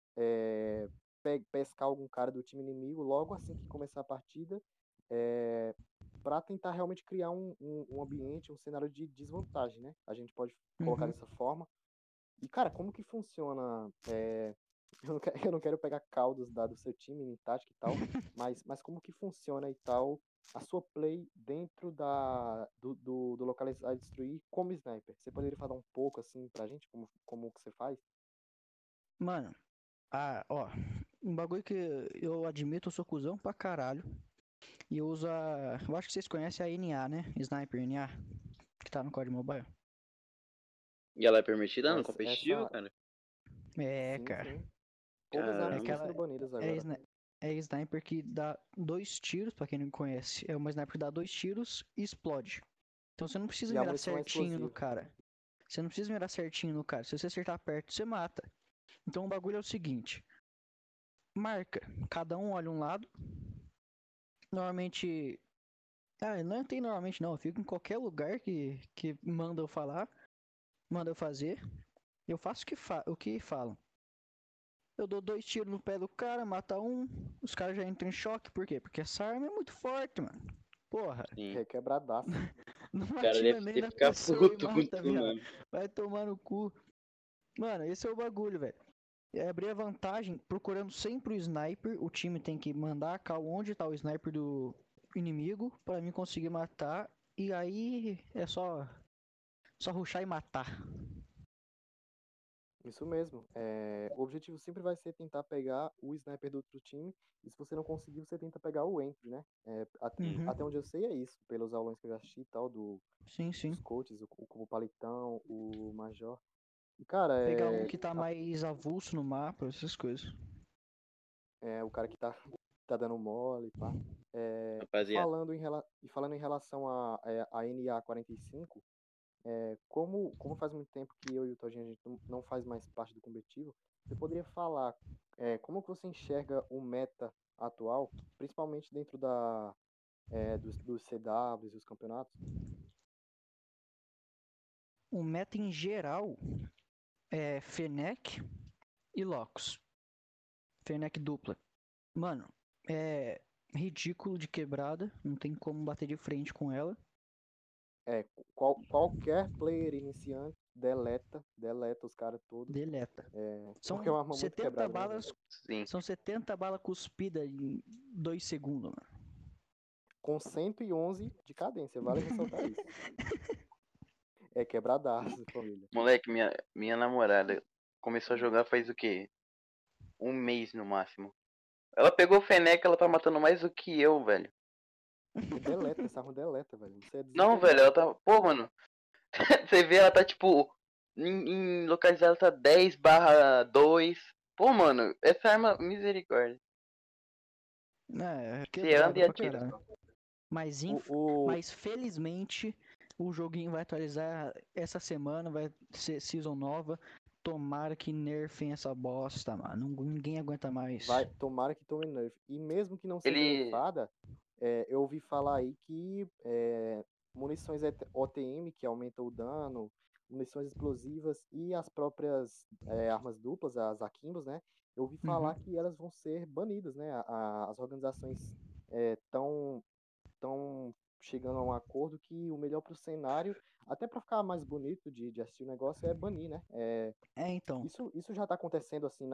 pescar algum cara do time inimigo logo assim que começar a partida, para tentar realmente criar um ambiente, um cenário de desvantagem, né? A gente pode colocar uhum. dessa forma. E, cara, como que funciona? Eu não quero pegar caldos do seu time em tática e tal, mas como que funciona e tal a sua play dentro do localizar e destruir como sniper? Você poderia falar um pouco assim pra gente como que você faz? Mano, ó, um bagulho que eu admito, eu sou cuzão pra caralho. E eu uso eu acho que vocês conhecem a NA, né? Sniper NA, que tá no Código Mobile. E ela é permitida no competitivo, Essa, cara? É, sim, cara. sim. Poucas É armas estão Caramba. sendo aquela. banidas É, agora. é sniper que dá 2 tiros, pra quem não conhece. É uma sniper que dá 2 tiros e explode. Então você não precisa E a mirar munição é certinho no explosiva. cara. Você não precisa mirar certinho no cara. Se você acertar perto, você mata. Então o bagulho é o seguinte: marca. Cada um olha um lado. Normalmente. Ah, não tem normalmente não. Eu fico em qualquer lugar que manda eu falar, manda eu fazer. Eu faço o que falam. Eu dou 2 tiros no pé do cara, mata um. Os caras já entram em choque. Por quê? Porque essa arma é muito forte, mano. Porra, Sim. Requebradaço. não O cara atira deve nem ter na ficar pessoa e puto com mata, tu, viado. mano. Vai tomar no cu. Mano, esse é o bagulho, velho. É abrir a vantagem procurando sempre o sniper. O time tem que mandar a call onde tá o sniper do inimigo pra mim conseguir matar. E aí é só rushar e matar. Isso mesmo. O objetivo sempre vai ser tentar pegar o sniper do outro time. E se você não conseguir, você tenta pegar o entry, né? Sim. Até Uhum. onde eu sei é isso, pelos aulões que eu já assisti e tal, Sim, sim. dos coaches, o Palitão, o Major. E, cara, Pegar um que tá mais avulso no mapa, essas coisas. o cara que tá, tá dando mole, pá. E Rapaziada. falando em relação a NA 45, como faz muito tempo que eu e o Todinho a gente não faz mais parte do competitivo, você poderia falar como que você enxerga o meta atual, principalmente dentro dos CWs e os campeonatos? O meta em geral é Fennec e Locus. Fennec dupla. Mano, é ridículo de quebrada. Não tem como bater de frente com ela. É, qualquer player iniciante deleta os caras todos, Deleta. porque é São uma arma muito 70 quebrada, né, velho? balas. Sim. São 70 balas cuspidas em 2 segundos, mano. Com 111 de cadência, vale ressaltar isso. É quebradaço, família. Moleque, minha namorada começou a jogar faz o quê? Um mês no máximo. Ela pegou o Fennec, ela tá matando mais do que eu, velho. E deleta, essa arma deleta, velho. Você é Não, velho, desesperador. ela tá. Pô, mano. Você vê, ela tá tipo em localizado tá 10/2. Pô, mano, essa arma, misericórdia. É Você anda quebrada e pra atira caralho. só. Mas, O, Mas felizmente o joguinho vai atualizar essa semana, vai ser season nova. Tomara que nerfem essa bosta, mano. Ninguém aguenta mais. tomara que tome nerf. E mesmo que não seja Ele. nerfada, eu ouvi falar aí que munições OTM, que aumentam o dano, munições explosivas e as próprias armas duplas, as Akimbos, né? Eu ouvi falar Uhum. que elas vão ser banidas, né? As organizações estão chegando a um acordo que o melhor para o cenário, até para ficar mais bonito de assistir o negócio, é banir, né? Então, Isso já está acontecendo assim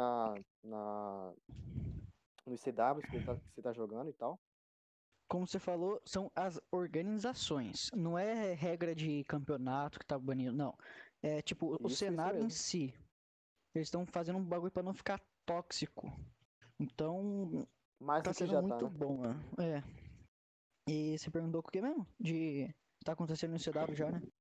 nos CWs que você tá jogando e tal. como você falou, são as organizações. Não é regra de campeonato que tá banindo, não. É tipo o Isso cenário em mesmo. si. Eles estão fazendo um bagulho pra não ficar tóxico. Então, Mais tá do que sendo já tá, muito né? bom, mano. É. E você perguntou o que mesmo? De. Tá acontecendo no CW já, né?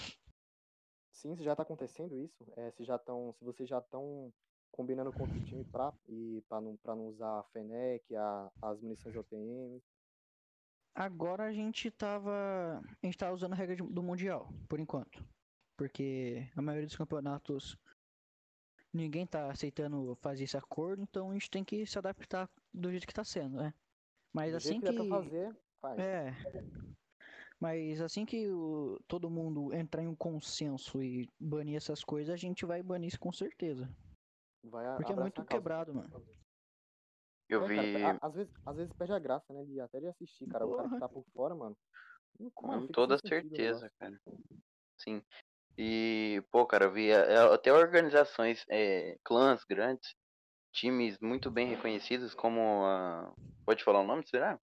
Sim, se já tá acontecendo isso, se vocês já estão combinando com outro time para não usar a Fennec, as munições OTM. Agora a gente tá usando a regra do Mundial, por enquanto. Porque a maioria dos campeonatos ninguém tá aceitando fazer esse acordo, então a gente tem que se adaptar do jeito que tá sendo, né? Mas Do jeito assim que der para que. fazer, faz. É. Mas assim que todo mundo entrar em um consenso e banir essas coisas, a gente vai banir isso com certeza. Vai Porque é abraçar muito a causa. quebrado, mano. Eu Cara, vi às vezes perde a graça, né? Até de assistir, cara. O cara que Porra. tá por fora, mano. Mano, com fica sem toda sentido o negócio. certeza, cara. Sim. E, pô, cara, eu vi até organizações, clãs grandes, times muito bem reconhecidos, como a. Pode falar o nome, será?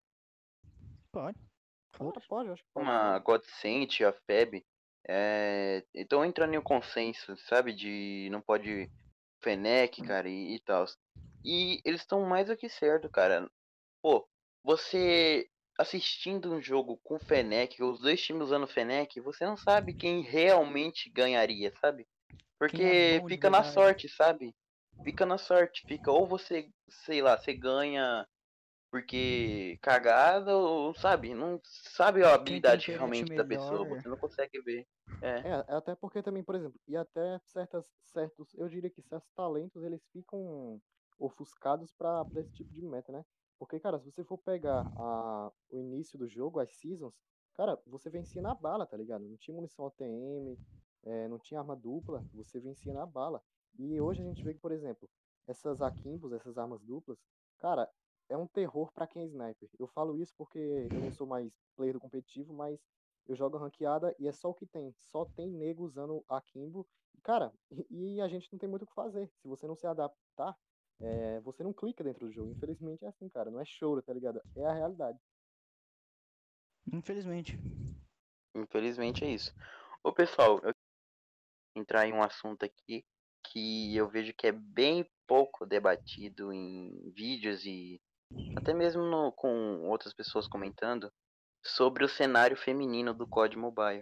Pode. Ah, Foda-se. pode, eu acho que Como pode sim. a Godsent, a FEB. Estão entrando em um consenso, sabe? De não pode Fennec, cara, e tal. E eles estão mais do que certo, cara. Pô, você assistindo um jogo com Fennec, os dois times usando Fennec, você não sabe quem realmente ganharia, sabe? Quem é Porque bom de fica na verdade. sorte, sabe? Fica na sorte, fica ou você, sei lá, você ganha porque cagada ou sabe, não sabe a Quem tem habilidade pet realmente da pessoa, melhor. você não consegue ver. É, Até porque também, por exemplo, e até eu diria que certos talentos, eles ficam ofuscados para esse tipo de meta, né? Porque, cara, se você for pegar o início do jogo, as seasons, cara, você vencia na bala, tá ligado? Não tinha munição OTM, não tinha arma dupla, você vencia na bala. E hoje a gente vê que, por exemplo, essas Akimbos, essas armas duplas, cara, é um terror pra quem é sniper. Eu falo isso porque eu não sou mais player do competitivo, mas eu jogo ranqueada e é só o que tem. Só tem nego usando Akimbo. Cara, e a gente não tem muito o que fazer. Se você não se adaptar, você não clica dentro do jogo. Infelizmente é assim, cara. Não é choro, tá ligado? É a realidade. Infelizmente. infelizmente é isso. Ô pessoal, eu quero entrar em um assunto aqui que eu vejo que é bem pouco debatido em vídeos e até mesmo com outras pessoas comentando sobre o cenário feminino do COD Mobile.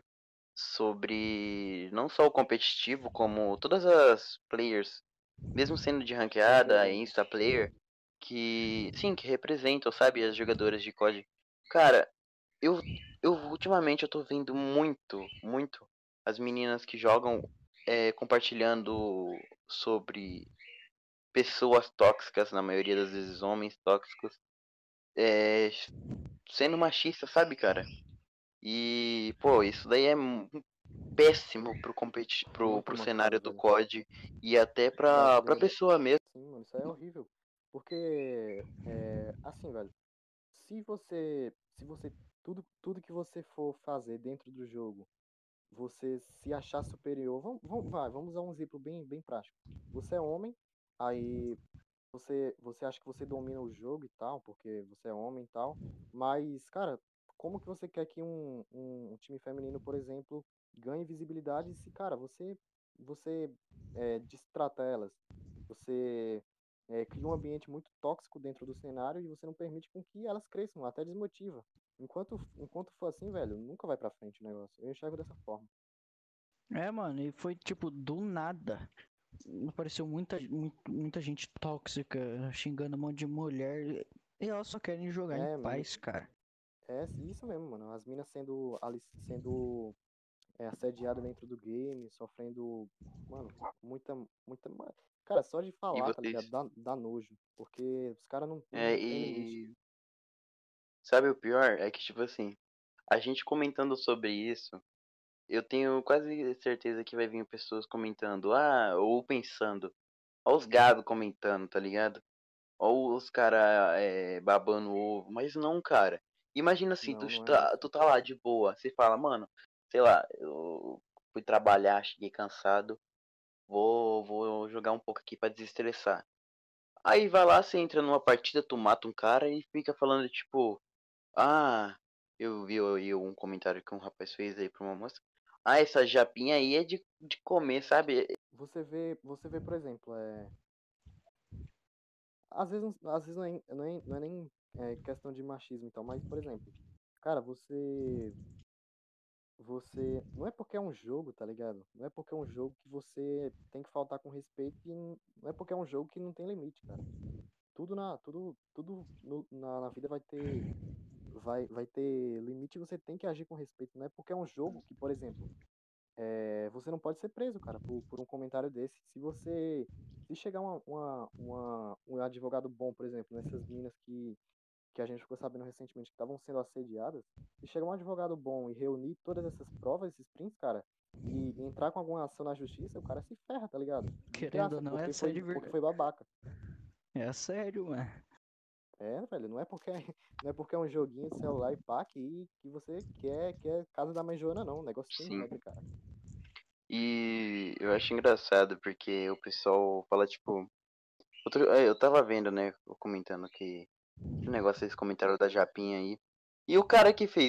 Sobre não só o competitivo, como todas as players, mesmo sendo de ranqueada, Representa. insta player, que sim, que representam, sabe, as jogadoras de COD. Cara, eu eu ultimamente eu tô vendo muito as meninas que jogam compartilhando sobre pessoas tóxicas, na maioria das vezes homens tóxicos, é, sendo machista, sabe, cara? E, pô, isso daí é péssimo Muito pro mancado, cenário do velho. COD e até Pra pra pro... pessoa mesmo. Sim, mano, isso aí é horrível. Porque, assim, velho, se você, tudo que você for fazer dentro do jogo, você se achar superior, vamos usar um exemplo bem prático. Você é homem, aí você acha que você domina o jogo e tal, porque você é homem e tal, mas, cara, como que você quer que um time feminino, por exemplo, ganhe visibilidade se, cara, você destrata elas, você cria um ambiente muito tóxico dentro do cenário e você não permite com que elas cresçam, até desmotiva. Enquanto for assim, velho, nunca vai pra frente o negócio. Eu enxergo dessa forma. É, mano, e foi tipo do nada. Apareceu muita gente tóxica, xingando um monte de mulher. E elas só querem jogar em É, paz, cara. é isso mesmo, mano. As minas sendo assediadas dentro do game, sofrendo, mano, muita. Cara, só de E falar, tá ligado? vocês. Dá nojo. Porque os caras É, não tem limite. e sabe o pior? É que, tipo assim, a gente comentando sobre isso, eu tenho quase certeza que vai vir pessoas comentando, ou pensando, ó os gado comentando, tá ligado? Ou os cara babando o ovo, mas não, cara. Imagina assim, Não, não é isso. tu tá lá de boa, você fala, mano, sei lá, eu fui trabalhar, cheguei cansado, vou jogar um pouco aqui pra desestressar. Aí vai lá, você entra numa partida, tu mata um cara e fica falando tipo, ah, eu vi aí um comentário que um rapaz fez aí pra uma moça. Ah, essa japinha aí é de comer, sabe? Você vê, por exemplo, às vezes não é nem questão de machismo e tal, mas, por exemplo, cara, você. Não é porque é um jogo, tá ligado? Não é porque é um jogo que você tem que faltar com respeito e não é porque é um jogo que não tem limite, cara. Tudo na vida vai ter limite e você tem que agir com respeito. Não é porque é um jogo que, por exemplo, você não pode ser preso, cara, por um comentário desse. Se chegar um advogado bom, por exemplo, nessas minas que a gente ficou sabendo recentemente que estavam sendo assediadas, se chegar um advogado bom e reunir todas essas provas, esses prints, cara, e entrar com alguma ação na justiça, o cara se ferra, tá ligado? De Querendo ou graça, não, é sério de porque verdade. foi babaca. É sério, mano. É, velho, não é porque não é porque é um joguinho de celular e pá que você quer casa da mãe Joana, não. O negócio tem Sim. regra, cara. E eu acho engraçado porque o pessoal fala tipo. Eu tava vendo, né? Comentando que o negócio desse comentário da Japinha aí. E o cara que fez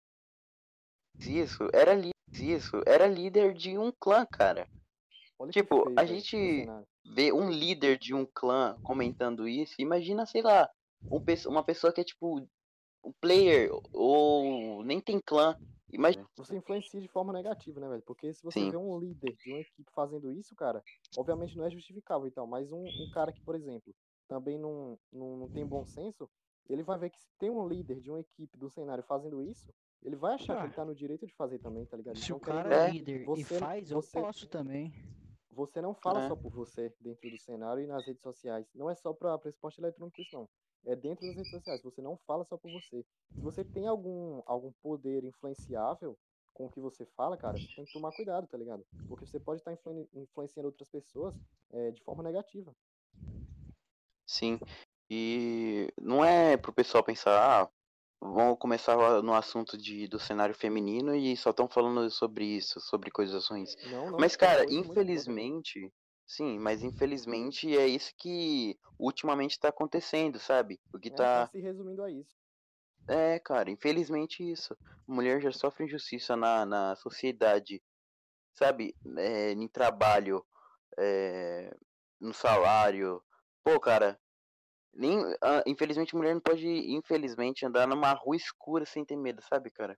isso era líder de um clã, cara. Olha que Tipo, feio, a velho, o gente cenário. vê um líder de um clã comentando isso, imagina, sei lá, uma pessoa que é tipo um player ou nem tem clã. Imagina. Você influencia de forma negativa, né, velho? Porque se você Sim, vê um líder de uma equipe fazendo isso, cara, obviamente não é justificável e tal, mas um cara que, por exemplo, também não tem bom senso, ele vai ver que se tem um líder de uma equipe do cenário fazendo isso, ele vai achar que Ah, ele tá no direito de fazer também, tá ligado? se o Então, querendo cara ou é não, é, líder e você, faz, eu você, posso também. você não fala é, só por você dentro do cenário e nas redes sociais. Não é só para esporte eletrônico isso, não. É dentro das redes sociais. Você não fala só por você. Se você tem algum poder influenciável com o que você fala, cara, você tem que tomar cuidado, tá ligado? Porque você pode estar influenciando outras pessoas de forma negativa. sim. E não é pro pessoal pensar, vamos começar no assunto do cenário feminino e só estão falando sobre isso, sobre coisas ruins. Não, não, Mas, tem cara, coisa muito boa também. infelizmente, sim, mas infelizmente é isso que ultimamente tá acontecendo, sabe? O que Tá tá. se resumindo a isso. É, cara, infelizmente isso. Mulher já sofre injustiça na sociedade, sabe? Em trabalho, é, no salário. Pô, cara, nem, infelizmente mulher não pode, infelizmente, andar numa rua escura sem ter medo, sabe, cara?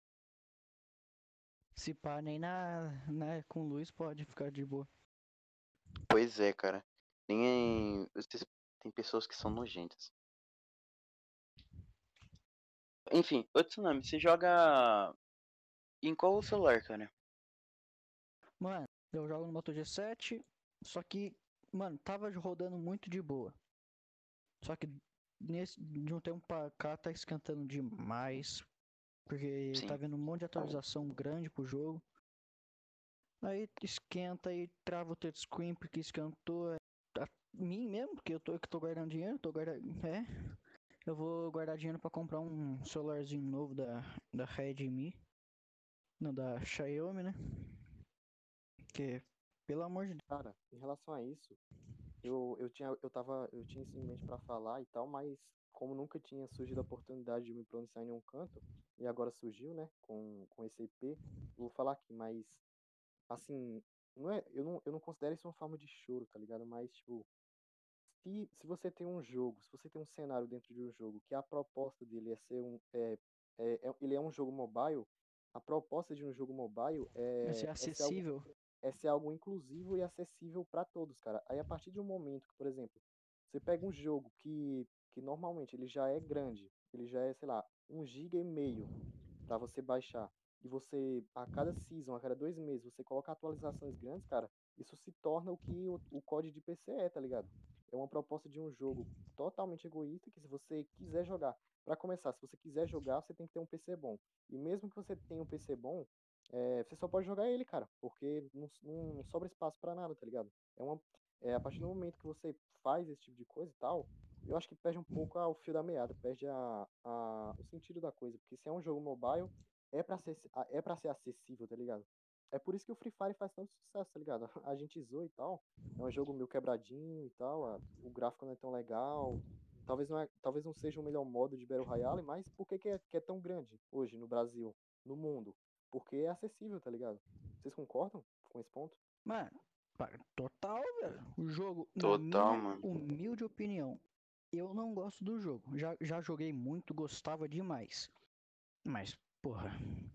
Se pá, nem com luz pode ficar de boa. Pois é, cara. Tem pessoas que são nojentas. Enfim, ô Tsunami, você joga em qual celular, cara? Mano, eu jogo no Moto G7, só que, mano, tava rodando muito de boa. Só que de um tempo pra cá tá esquentando demais. Porque tá Sim. vendo um monte de atualização grande pro jogo. Aí esquenta e trava o touchscreen porque esquentou. A mim mesmo, porque que tô guardando dinheiro, tô guardando. Eu vou guardar dinheiro pra comprar um celularzinho novo da Redmi. Não, da Xiaomi, né? Porque, pelo amor de Deus. Cara, em relação a isso, eu tinha isso em mente para falar e tal, mas como nunca tinha surgido a oportunidade de me pronunciar em nenhum canto, e agora surgiu, né, com esse IP, eu vou falar aqui, mas, assim, eu não considero isso uma forma de choro, tá ligado? Mas, tipo, se você tem um jogo, se você tem um cenário dentro de um jogo que a proposta dele é ser ele é um jogo mobile, a proposta de um jogo mobile Vai ser acessível. é ser algo inclusivo e acessível para todos, cara. Aí a partir de um momento que, por exemplo, você pega um jogo que normalmente ele já é grande, ele já é, sei lá, 1,5 GB para você baixar, e você, a cada season, a cada 2 meses, você coloca atualizações grandes, cara, isso se torna o que o código de PC é, tá ligado? É uma proposta de um jogo totalmente egoísta que se você quiser jogar, para começar, se você quiser jogar, você tem que ter um PC bom. E mesmo que você tenha um PC bom, você só pode jogar ele, cara, porque não sobra espaço para nada, tá ligado? A partir do momento que você faz esse tipo de coisa e tal, eu acho que perde um pouco o fio da meada, perde o sentido da coisa, porque se é um jogo mobile, é pra ser acessível, tá ligado? É por isso que o Free Fire faz tanto sucesso, tá ligado? A gente zoa e tal, é um jogo meio quebradinho e tal, o gráfico não é tão legal, talvez não seja o melhor modo de Battle Royale, mas por que é tão grande hoje no Brasil, no mundo? Porque é acessível, tá ligado? Vocês concordam com esse ponto? Mano, total, velho. O jogo, na Total, minha mano. humilde opinião, eu não gosto do jogo. Já joguei muito, gostava demais. Mas, porra,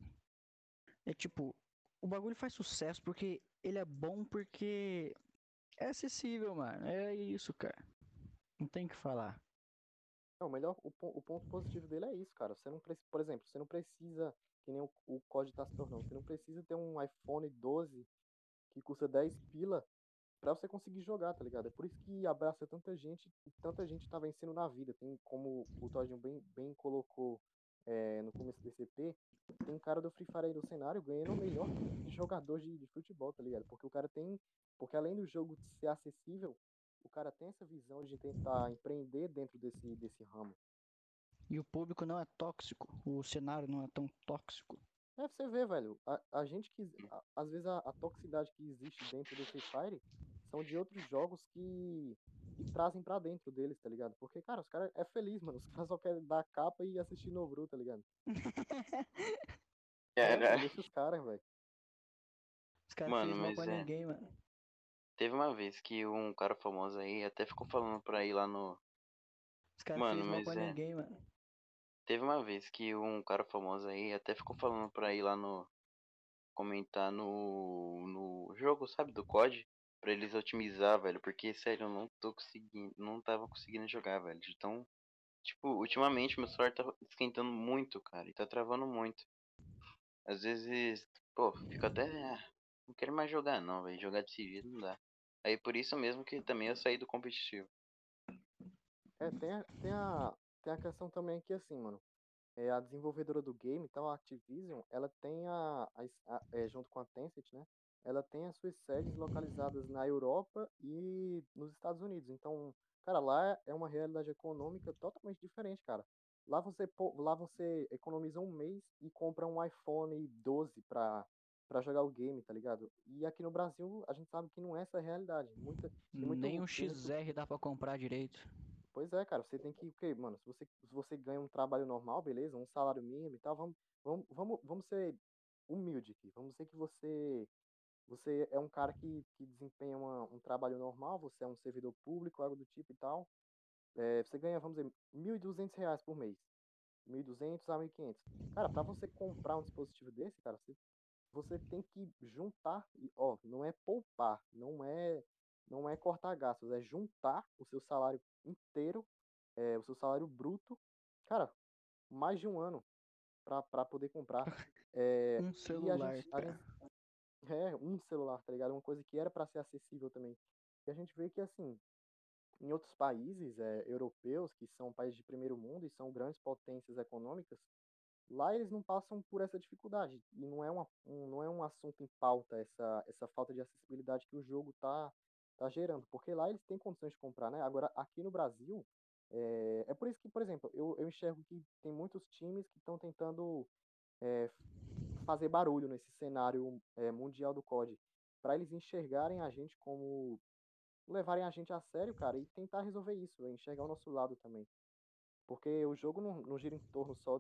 é tipo, o bagulho faz sucesso porque ele é bom porque é acessível, mano. É isso, cara. Não tem o que falar. Não, o ponto positivo dele é isso, cara. Você não precisa, por exemplo, você não precisa, que nem o COD tá se tornando, você não precisa ter um iPhone 12 que custa 10 pila pra você conseguir jogar, tá ligado? É por isso que abraça tanta gente e tanta gente tá vencendo na vida. Tem, como o Todinho bem colocou no começo desse EP, tem cara do Free Fire aí no cenário ganhando melhor que jogador de futebol, tá ligado? Porque além do jogo ser acessível, o cara tem essa visão de tentar empreender dentro desse ramo. E o público não é tóxico. O cenário não é tão tóxico. É, você vê, velho, a gente às vezes a toxicidade que existe dentro do Free Fire são de outros jogos que trazem pra dentro deles, tá ligado? Porque, cara, os caras é feliz, mano, os caras só querem dar capa e assistir Novru, tá ligado? É, velho, Caralho. deixa os caras, velho. Os caras Mano, fez mal mas pra ninguém, mano. teve uma vez que um cara famoso aí até ficou falando pra ir lá no. Os caras Mano, fez mal pra mas ninguém, mano. teve uma vez que um cara famoso aí até ficou falando pra ir lá no. Comentar no jogo, sabe, do COD. Pra eles otimizar, velho. Porque, sério, eu não tô conseguindo. Não tava conseguindo jogar, velho. Então, tipo, ultimamente meu celular tá esquentando muito, cara. E tá travando muito. Às vezes, pô, fica até. Não quero mais jogar, não, velho. Jogar desse jeito não dá. Aí por isso mesmo que também eu saí do competitivo. É, tem a questão também que, assim, mano, a desenvolvedora do game, então a Activision, ela tem junto com a Tencent, né? Ela tem as suas sedes localizadas na Europa e nos Estados Unidos. Então, cara, lá é uma realidade econômica totalmente diferente, cara. Lá você economiza um mês e compra um iPhone 12 para jogar o game, tá ligado? E aqui no Brasil, a gente sabe que não é essa a realidade. Nem um XR dá pra comprar direito. Pois é, cara, você tem que, porque, mano, se você ganha um trabalho normal, beleza, um salário mínimo e tal, vamos ser humilde aqui. Vamos dizer que você é um cara que desempenha um trabalho normal, você é um servidor público, algo do tipo e tal. Você ganha, vamos dizer, R$ 1.200 por mês. 1.200 a 1.500. Cara, para você comprar um dispositivo desse, cara, você tem que juntar, ó, não é poupar, não é cortar gastos, é juntar o seu salário inteiro, o seu salário bruto, cara, mais de um ano para poder comprar. Um E a celular, gente, a gente cara. um celular, tá ligado? Uma coisa que era para ser acessível também. E a gente vê que assim, em outros países europeus, que são países de primeiro mundo e são grandes potências econômicas, lá eles não passam por essa dificuldade. E não é um assunto em pauta essa falta de acessibilidade que o jogo tá gerando. Porque lá eles têm condições de comprar, né? Agora, aqui no Brasil, é por isso que, por exemplo, eu enxergo que tem muitos times que estão tentando é, fazer barulho nesse cenário mundial do COD. Para eles enxergarem a gente como. Levarem a gente a sério, cara, e tentar resolver isso, enxergar o nosso lado também. Porque o jogo não gira em torno só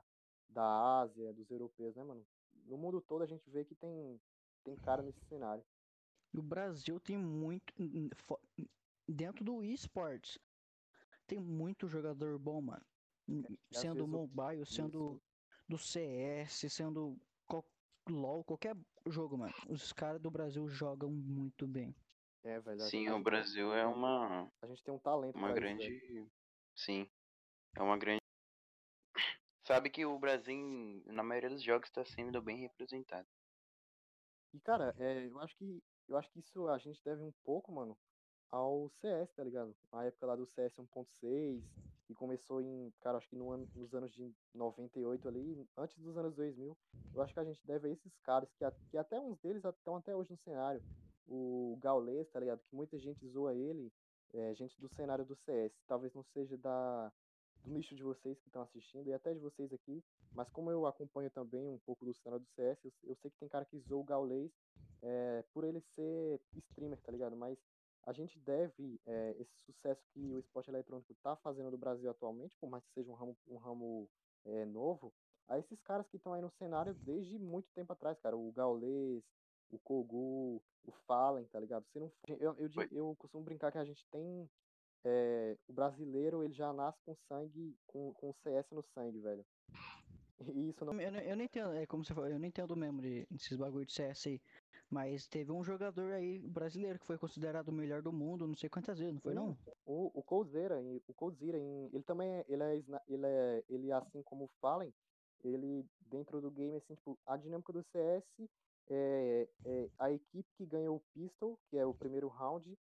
da Ásia, dos europeus, né, mano? No mundo todo a gente vê que tem cara nesse cenário. E o Brasil tem muito. Dentro do esportes, tem muito jogador bom, mano. E às Sendo vezes mobile, isso. sendo do CS, sendo LOL, qualquer jogo, mano. Os caras do Brasil jogam muito bem. É, velho, Sim, o Brasil é a gente tem um talento uma pra isso, grande. velho. Sim, é uma grande. Sabe que o Brasil, na maioria dos jogos, está sendo bem representado. E, cara, eu acho que isso a gente deve um pouco, mano, ao CS, tá ligado? A época lá do CS 1.6, que começou cara, acho que nos anos de 98 ali, antes dos anos 2000, eu acho que a gente deve a esses caras, que até uns deles estão até hoje no cenário. O Gaules, tá ligado? Que muita gente zoa ele, gente do cenário do CS. Talvez não seja do nicho de vocês que estão assistindo, e até de vocês aqui, mas como eu acompanho também um pouco do cenário do CS, eu sei que tem cara que zoa o Gaules por ele ser streamer, tá ligado? Mas a gente deve esse sucesso que o esporte eletrônico está fazendo no Brasil atualmente, por mais que seja um ramo novo, a esses caras que estão aí no cenário desde muito tempo atrás, cara. O Gaules, o Kogu, o Fallen, tá ligado? Você não, Foi. eu costumo brincar que a gente tem. O brasileiro, ele já nasce com sangue, com o CS no sangue, velho. E isso não. Eu não entendo, é como você falou, eu não entendo mesmo desses bagulho de CS aí. Mas teve um jogador aí brasileiro que foi considerado o melhor do mundo, não sei quantas vezes, não foi Sim, não? o Coldzera, ele também ele assim como o Fallen, ele dentro do game assim, tipo, a dinâmica do CS é a equipe que ganha o pistol, que é o primeiro round,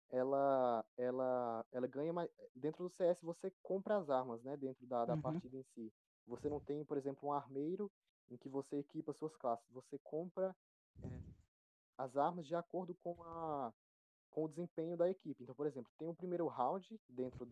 ela ganha mais dentro do CS você compra as armas, né, dentro da Uhum. partida em si. Você não tem, por exemplo, um armeiro em que você equipa suas classes, você compra é, as armas de acordo com o desempenho da equipe. Então, por exemplo, tem o primeiro round dentro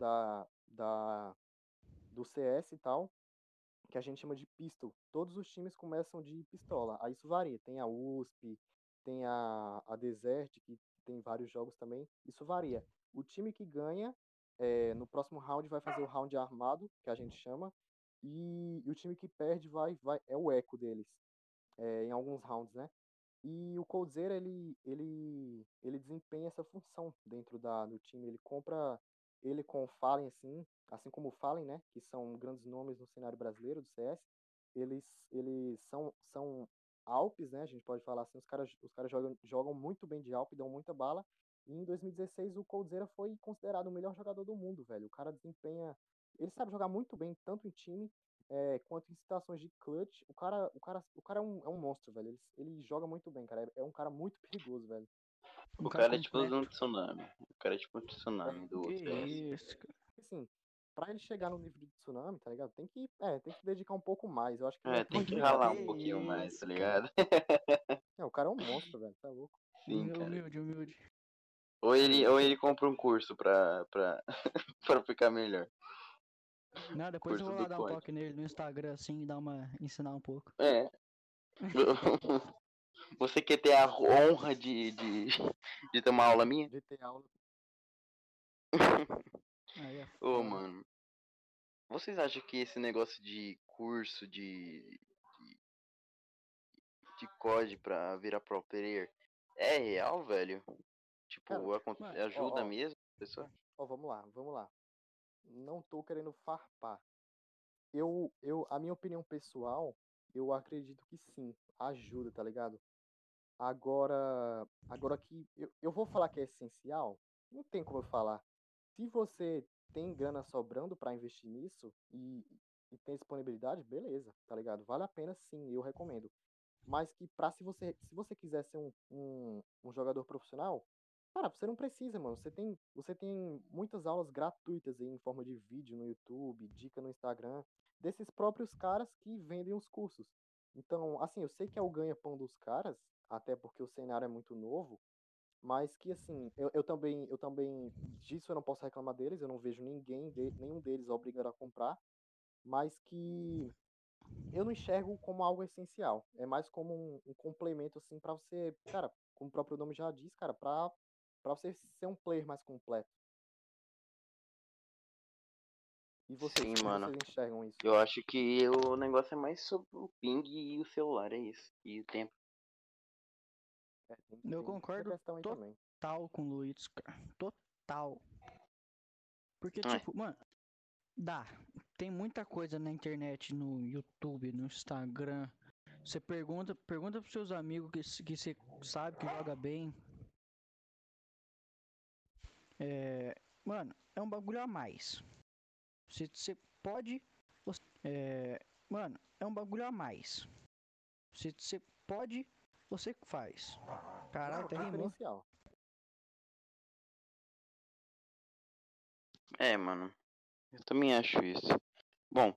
do CS e tal, que a gente chama de pistol. Todos os times começam de pistola. Aí isso varia. Tem a USP, tem a Desert, que tem vários jogos também. Isso varia. O time que ganha, no próximo round, vai fazer o round armado, que a gente chama, e o time que perde é o eco deles, em alguns rounds, né? E o Coldzera, ele desempenha essa função dentro do time. Ele compra ele com o Fallen, assim como o Fallen, né? Que são grandes nomes no cenário brasileiro do CS. Eles são Alpes, né? A gente pode falar assim. Os caras jogam muito bem de Alpe, dão muita bala. E em 2016 o Coldzera foi considerado o melhor jogador do mundo, velho. O cara desempenha. Ele sabe jogar muito bem, tanto em time quanto em situações de clutch, o cara é um monstro, velho. Ele joga muito bem, cara. É um cara muito perigoso, velho. Um O cara cara é tipo um completo. tsunami. O cara é tipo um tsunami É, do Que CS. isso, cara. assim, pra ele chegar no nível de tsunami, tá ligado? Tem que se dedicar um pouco mais. Eu acho que ele É, não tem tem que chegado ralar Que um nesse nível. pouquinho mais, tá isso, cara. ligado? O cara é um monstro, velho. Tá louco. Sim, cara. Humilde, humilde. Ou ele compra um curso pra ficar melhor. Não, depois eu Curso vou do lá dar um COD. toque nele no Instagram assim e ensinar um pouco. É. Você quer ter a honra de ter uma aula minha? De ter aula. Aí é Ô, foda. mano. Vocês acham que esse negócio de curso de COD pra virar pro player é real, velho? Cara, Tipo, mano, ajuda ó, ó, mesmo, pessoal? ó, vamos lá. Não tô querendo farpar. A minha opinião pessoal, eu acredito que sim, ajuda, tá ligado? Agora que eu vou falar que é essencial, não tem como eu falar. Se você tem grana sobrando para investir nisso e tem disponibilidade, beleza, tá ligado? Vale a pena sim, eu recomendo. Mas que se você quiser ser um jogador profissional, cara, você não precisa, mano. Você tem muitas aulas gratuitas aí em forma de vídeo no YouTube, dica no Instagram, desses próprios caras que vendem os cursos. Então, assim, eu sei que é o ganha-pão dos caras, até porque o cenário é muito novo, mas que assim, eu também disso eu não posso reclamar deles, eu não vejo nenhum deles obrigado a comprar, mas que eu não enxergo como algo essencial. É mais como um complemento, assim, pra você, cara, como o próprio nome já diz, cara, pra você ser um player mais completo. E vocês, Sim, como mano. vocês enxergam isso? Eu acho que o negócio é mais sobre o ping e o celular, é isso. E o tempo. Tem, Eu tem essa concordo questão aí também. total com o Luiz, cara. Total. Porque, É, tipo, mano, dá. Tem muita coisa na internet, no YouTube, no Instagram, Você pergunta pros seus amigos que você sabe que joga bem. Mano, é um bagulho a mais. Você pode. Mano, é um bagulho a mais. Você pode, você faz. Caralho, até rimou. Diferencial. É, mano. Eu também acho isso. Bom,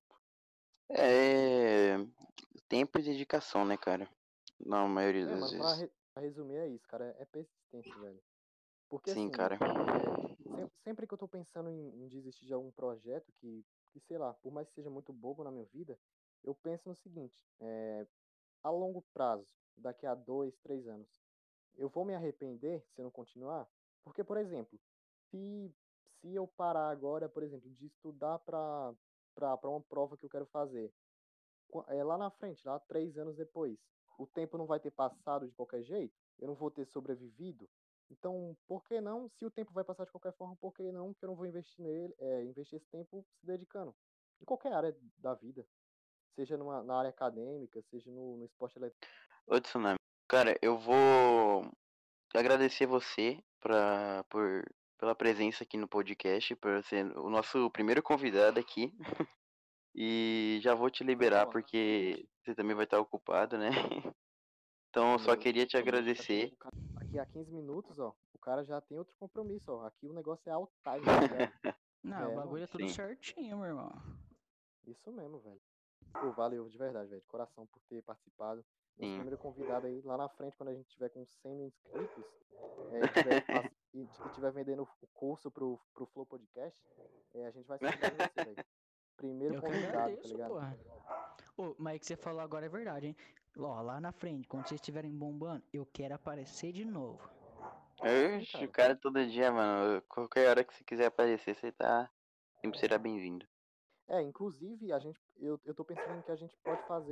é. Tempo e dedicação, né, cara? Na maioria das Mano, pra, vezes. pra resumir é isso, cara. É persistência, velho. Porque Sim, assim, cara. sempre que eu tô pensando em desistir de algum projeto sei lá, por mais que seja muito bobo na minha vida, eu penso no seguinte, a longo prazo, daqui a 2, 3 anos, eu vou me arrepender se eu não continuar? Porque, por exemplo, se, se eu parar agora, por exemplo, de estudar para uma prova que eu quero fazer, lá na frente, lá 3 anos depois, o tempo não vai ter passado de qualquer jeito, eu não vou ter sobrevivido. Então, por que não? Se o tempo vai passar de qualquer forma, por que não que eu não vou investir nele, investir esse tempo se dedicando? Em qualquer área da vida, seja na área acadêmica, seja no esporte eletrônico. Ô, Tsunami. Cara, eu vou agradecer você pela presença aqui no podcast, por ser o nosso primeiro convidado aqui. E já vou te liberar porque você também vai estar ocupado, né? Então, eu só Meu, queria te agradecer. aqui a 15 minutos, ó, o cara já tem outro compromisso, ó. Aqui o negócio é out time, tá ligado? Não, o É, bagulho mano, é tudo Sim, certinho, meu irmão. isso mesmo, velho. Pô, valeu de verdade, velho, de coração por ter participado. Nosso sim. primeiro convidado aí, lá na frente, quando a gente tiver com 100 mil inscritos, e tiver, e tiver vendendo o curso pro Flow Podcast, a gente vai se lembrar de você, velho. Primeiro Eu que convidado, tá agradeço, ligado? porra. Ô, mas o que você falou agora é verdade, hein? Ó, lá na frente, quando vocês estiverem bombando, eu quero aparecer de novo. Sim, Oxe, o cara. cara todo dia, mano. Qualquer hora que você quiser aparecer, você tá. Sempre será bem-vindo. Inclusive, eu tô pensando em que a gente pode fazer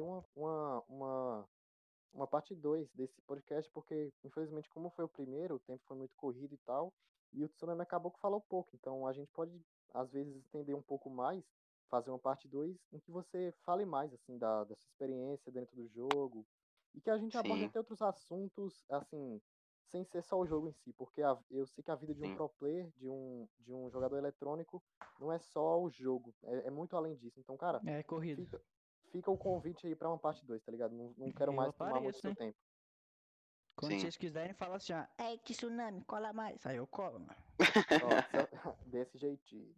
uma parte 2 desse podcast, porque, infelizmente, como foi o primeiro, o tempo foi muito corrido e tal, e o Tsunami acabou que falou pouco. Então, a gente pode, às vezes, estender um pouco mais, fazer uma parte 2 em que você fale mais, assim, da sua experiência dentro do jogo, e que a gente aborde Sim, até outros assuntos, assim, sem ser só o jogo em si, porque eu sei que a vida de um sim, pro player, de um jogador eletrônico, não é só o jogo, é muito além disso. Então, cara, É corrido. fica, fica o convite aí pra uma parte 2, tá ligado? Não quero Eu mais tomar muito apareço, seu hein? tempo. Quando sim. vocês quiserem, fala assim, ó. Ei, tsunami, cola mais. Aí eu colo, mano. Ó, desse jeitinho.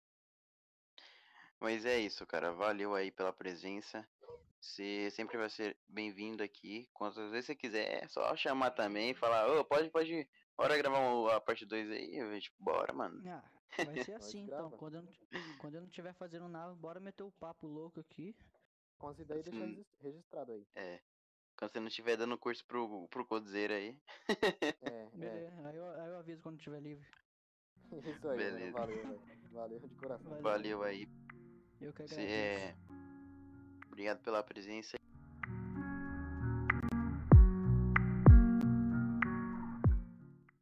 Mas é isso, cara. Valeu aí pela presença. Você sempre vai ser bem-vindo aqui. Quantas vezes você quiser, é só chamar também e falar, ô, pode, bora gravar a parte 2 aí. Eu, tipo, bora, mano. Ah, vai ser Nós assim então. grava. Quando eu não estiver fazendo nada, bora meter o papo louco aqui. Com as ideias deixar Assim, registrado aí. é. Quando você não estiver dando curso pro Codzeira aí. É. Beleza, aí eu aviso quando estiver livre. Isso aí, mano. Beleza. Valeu, velho. Valeu de coração. Valeu, Valeu aí. eu que Você, agradeço. obrigado pela presença.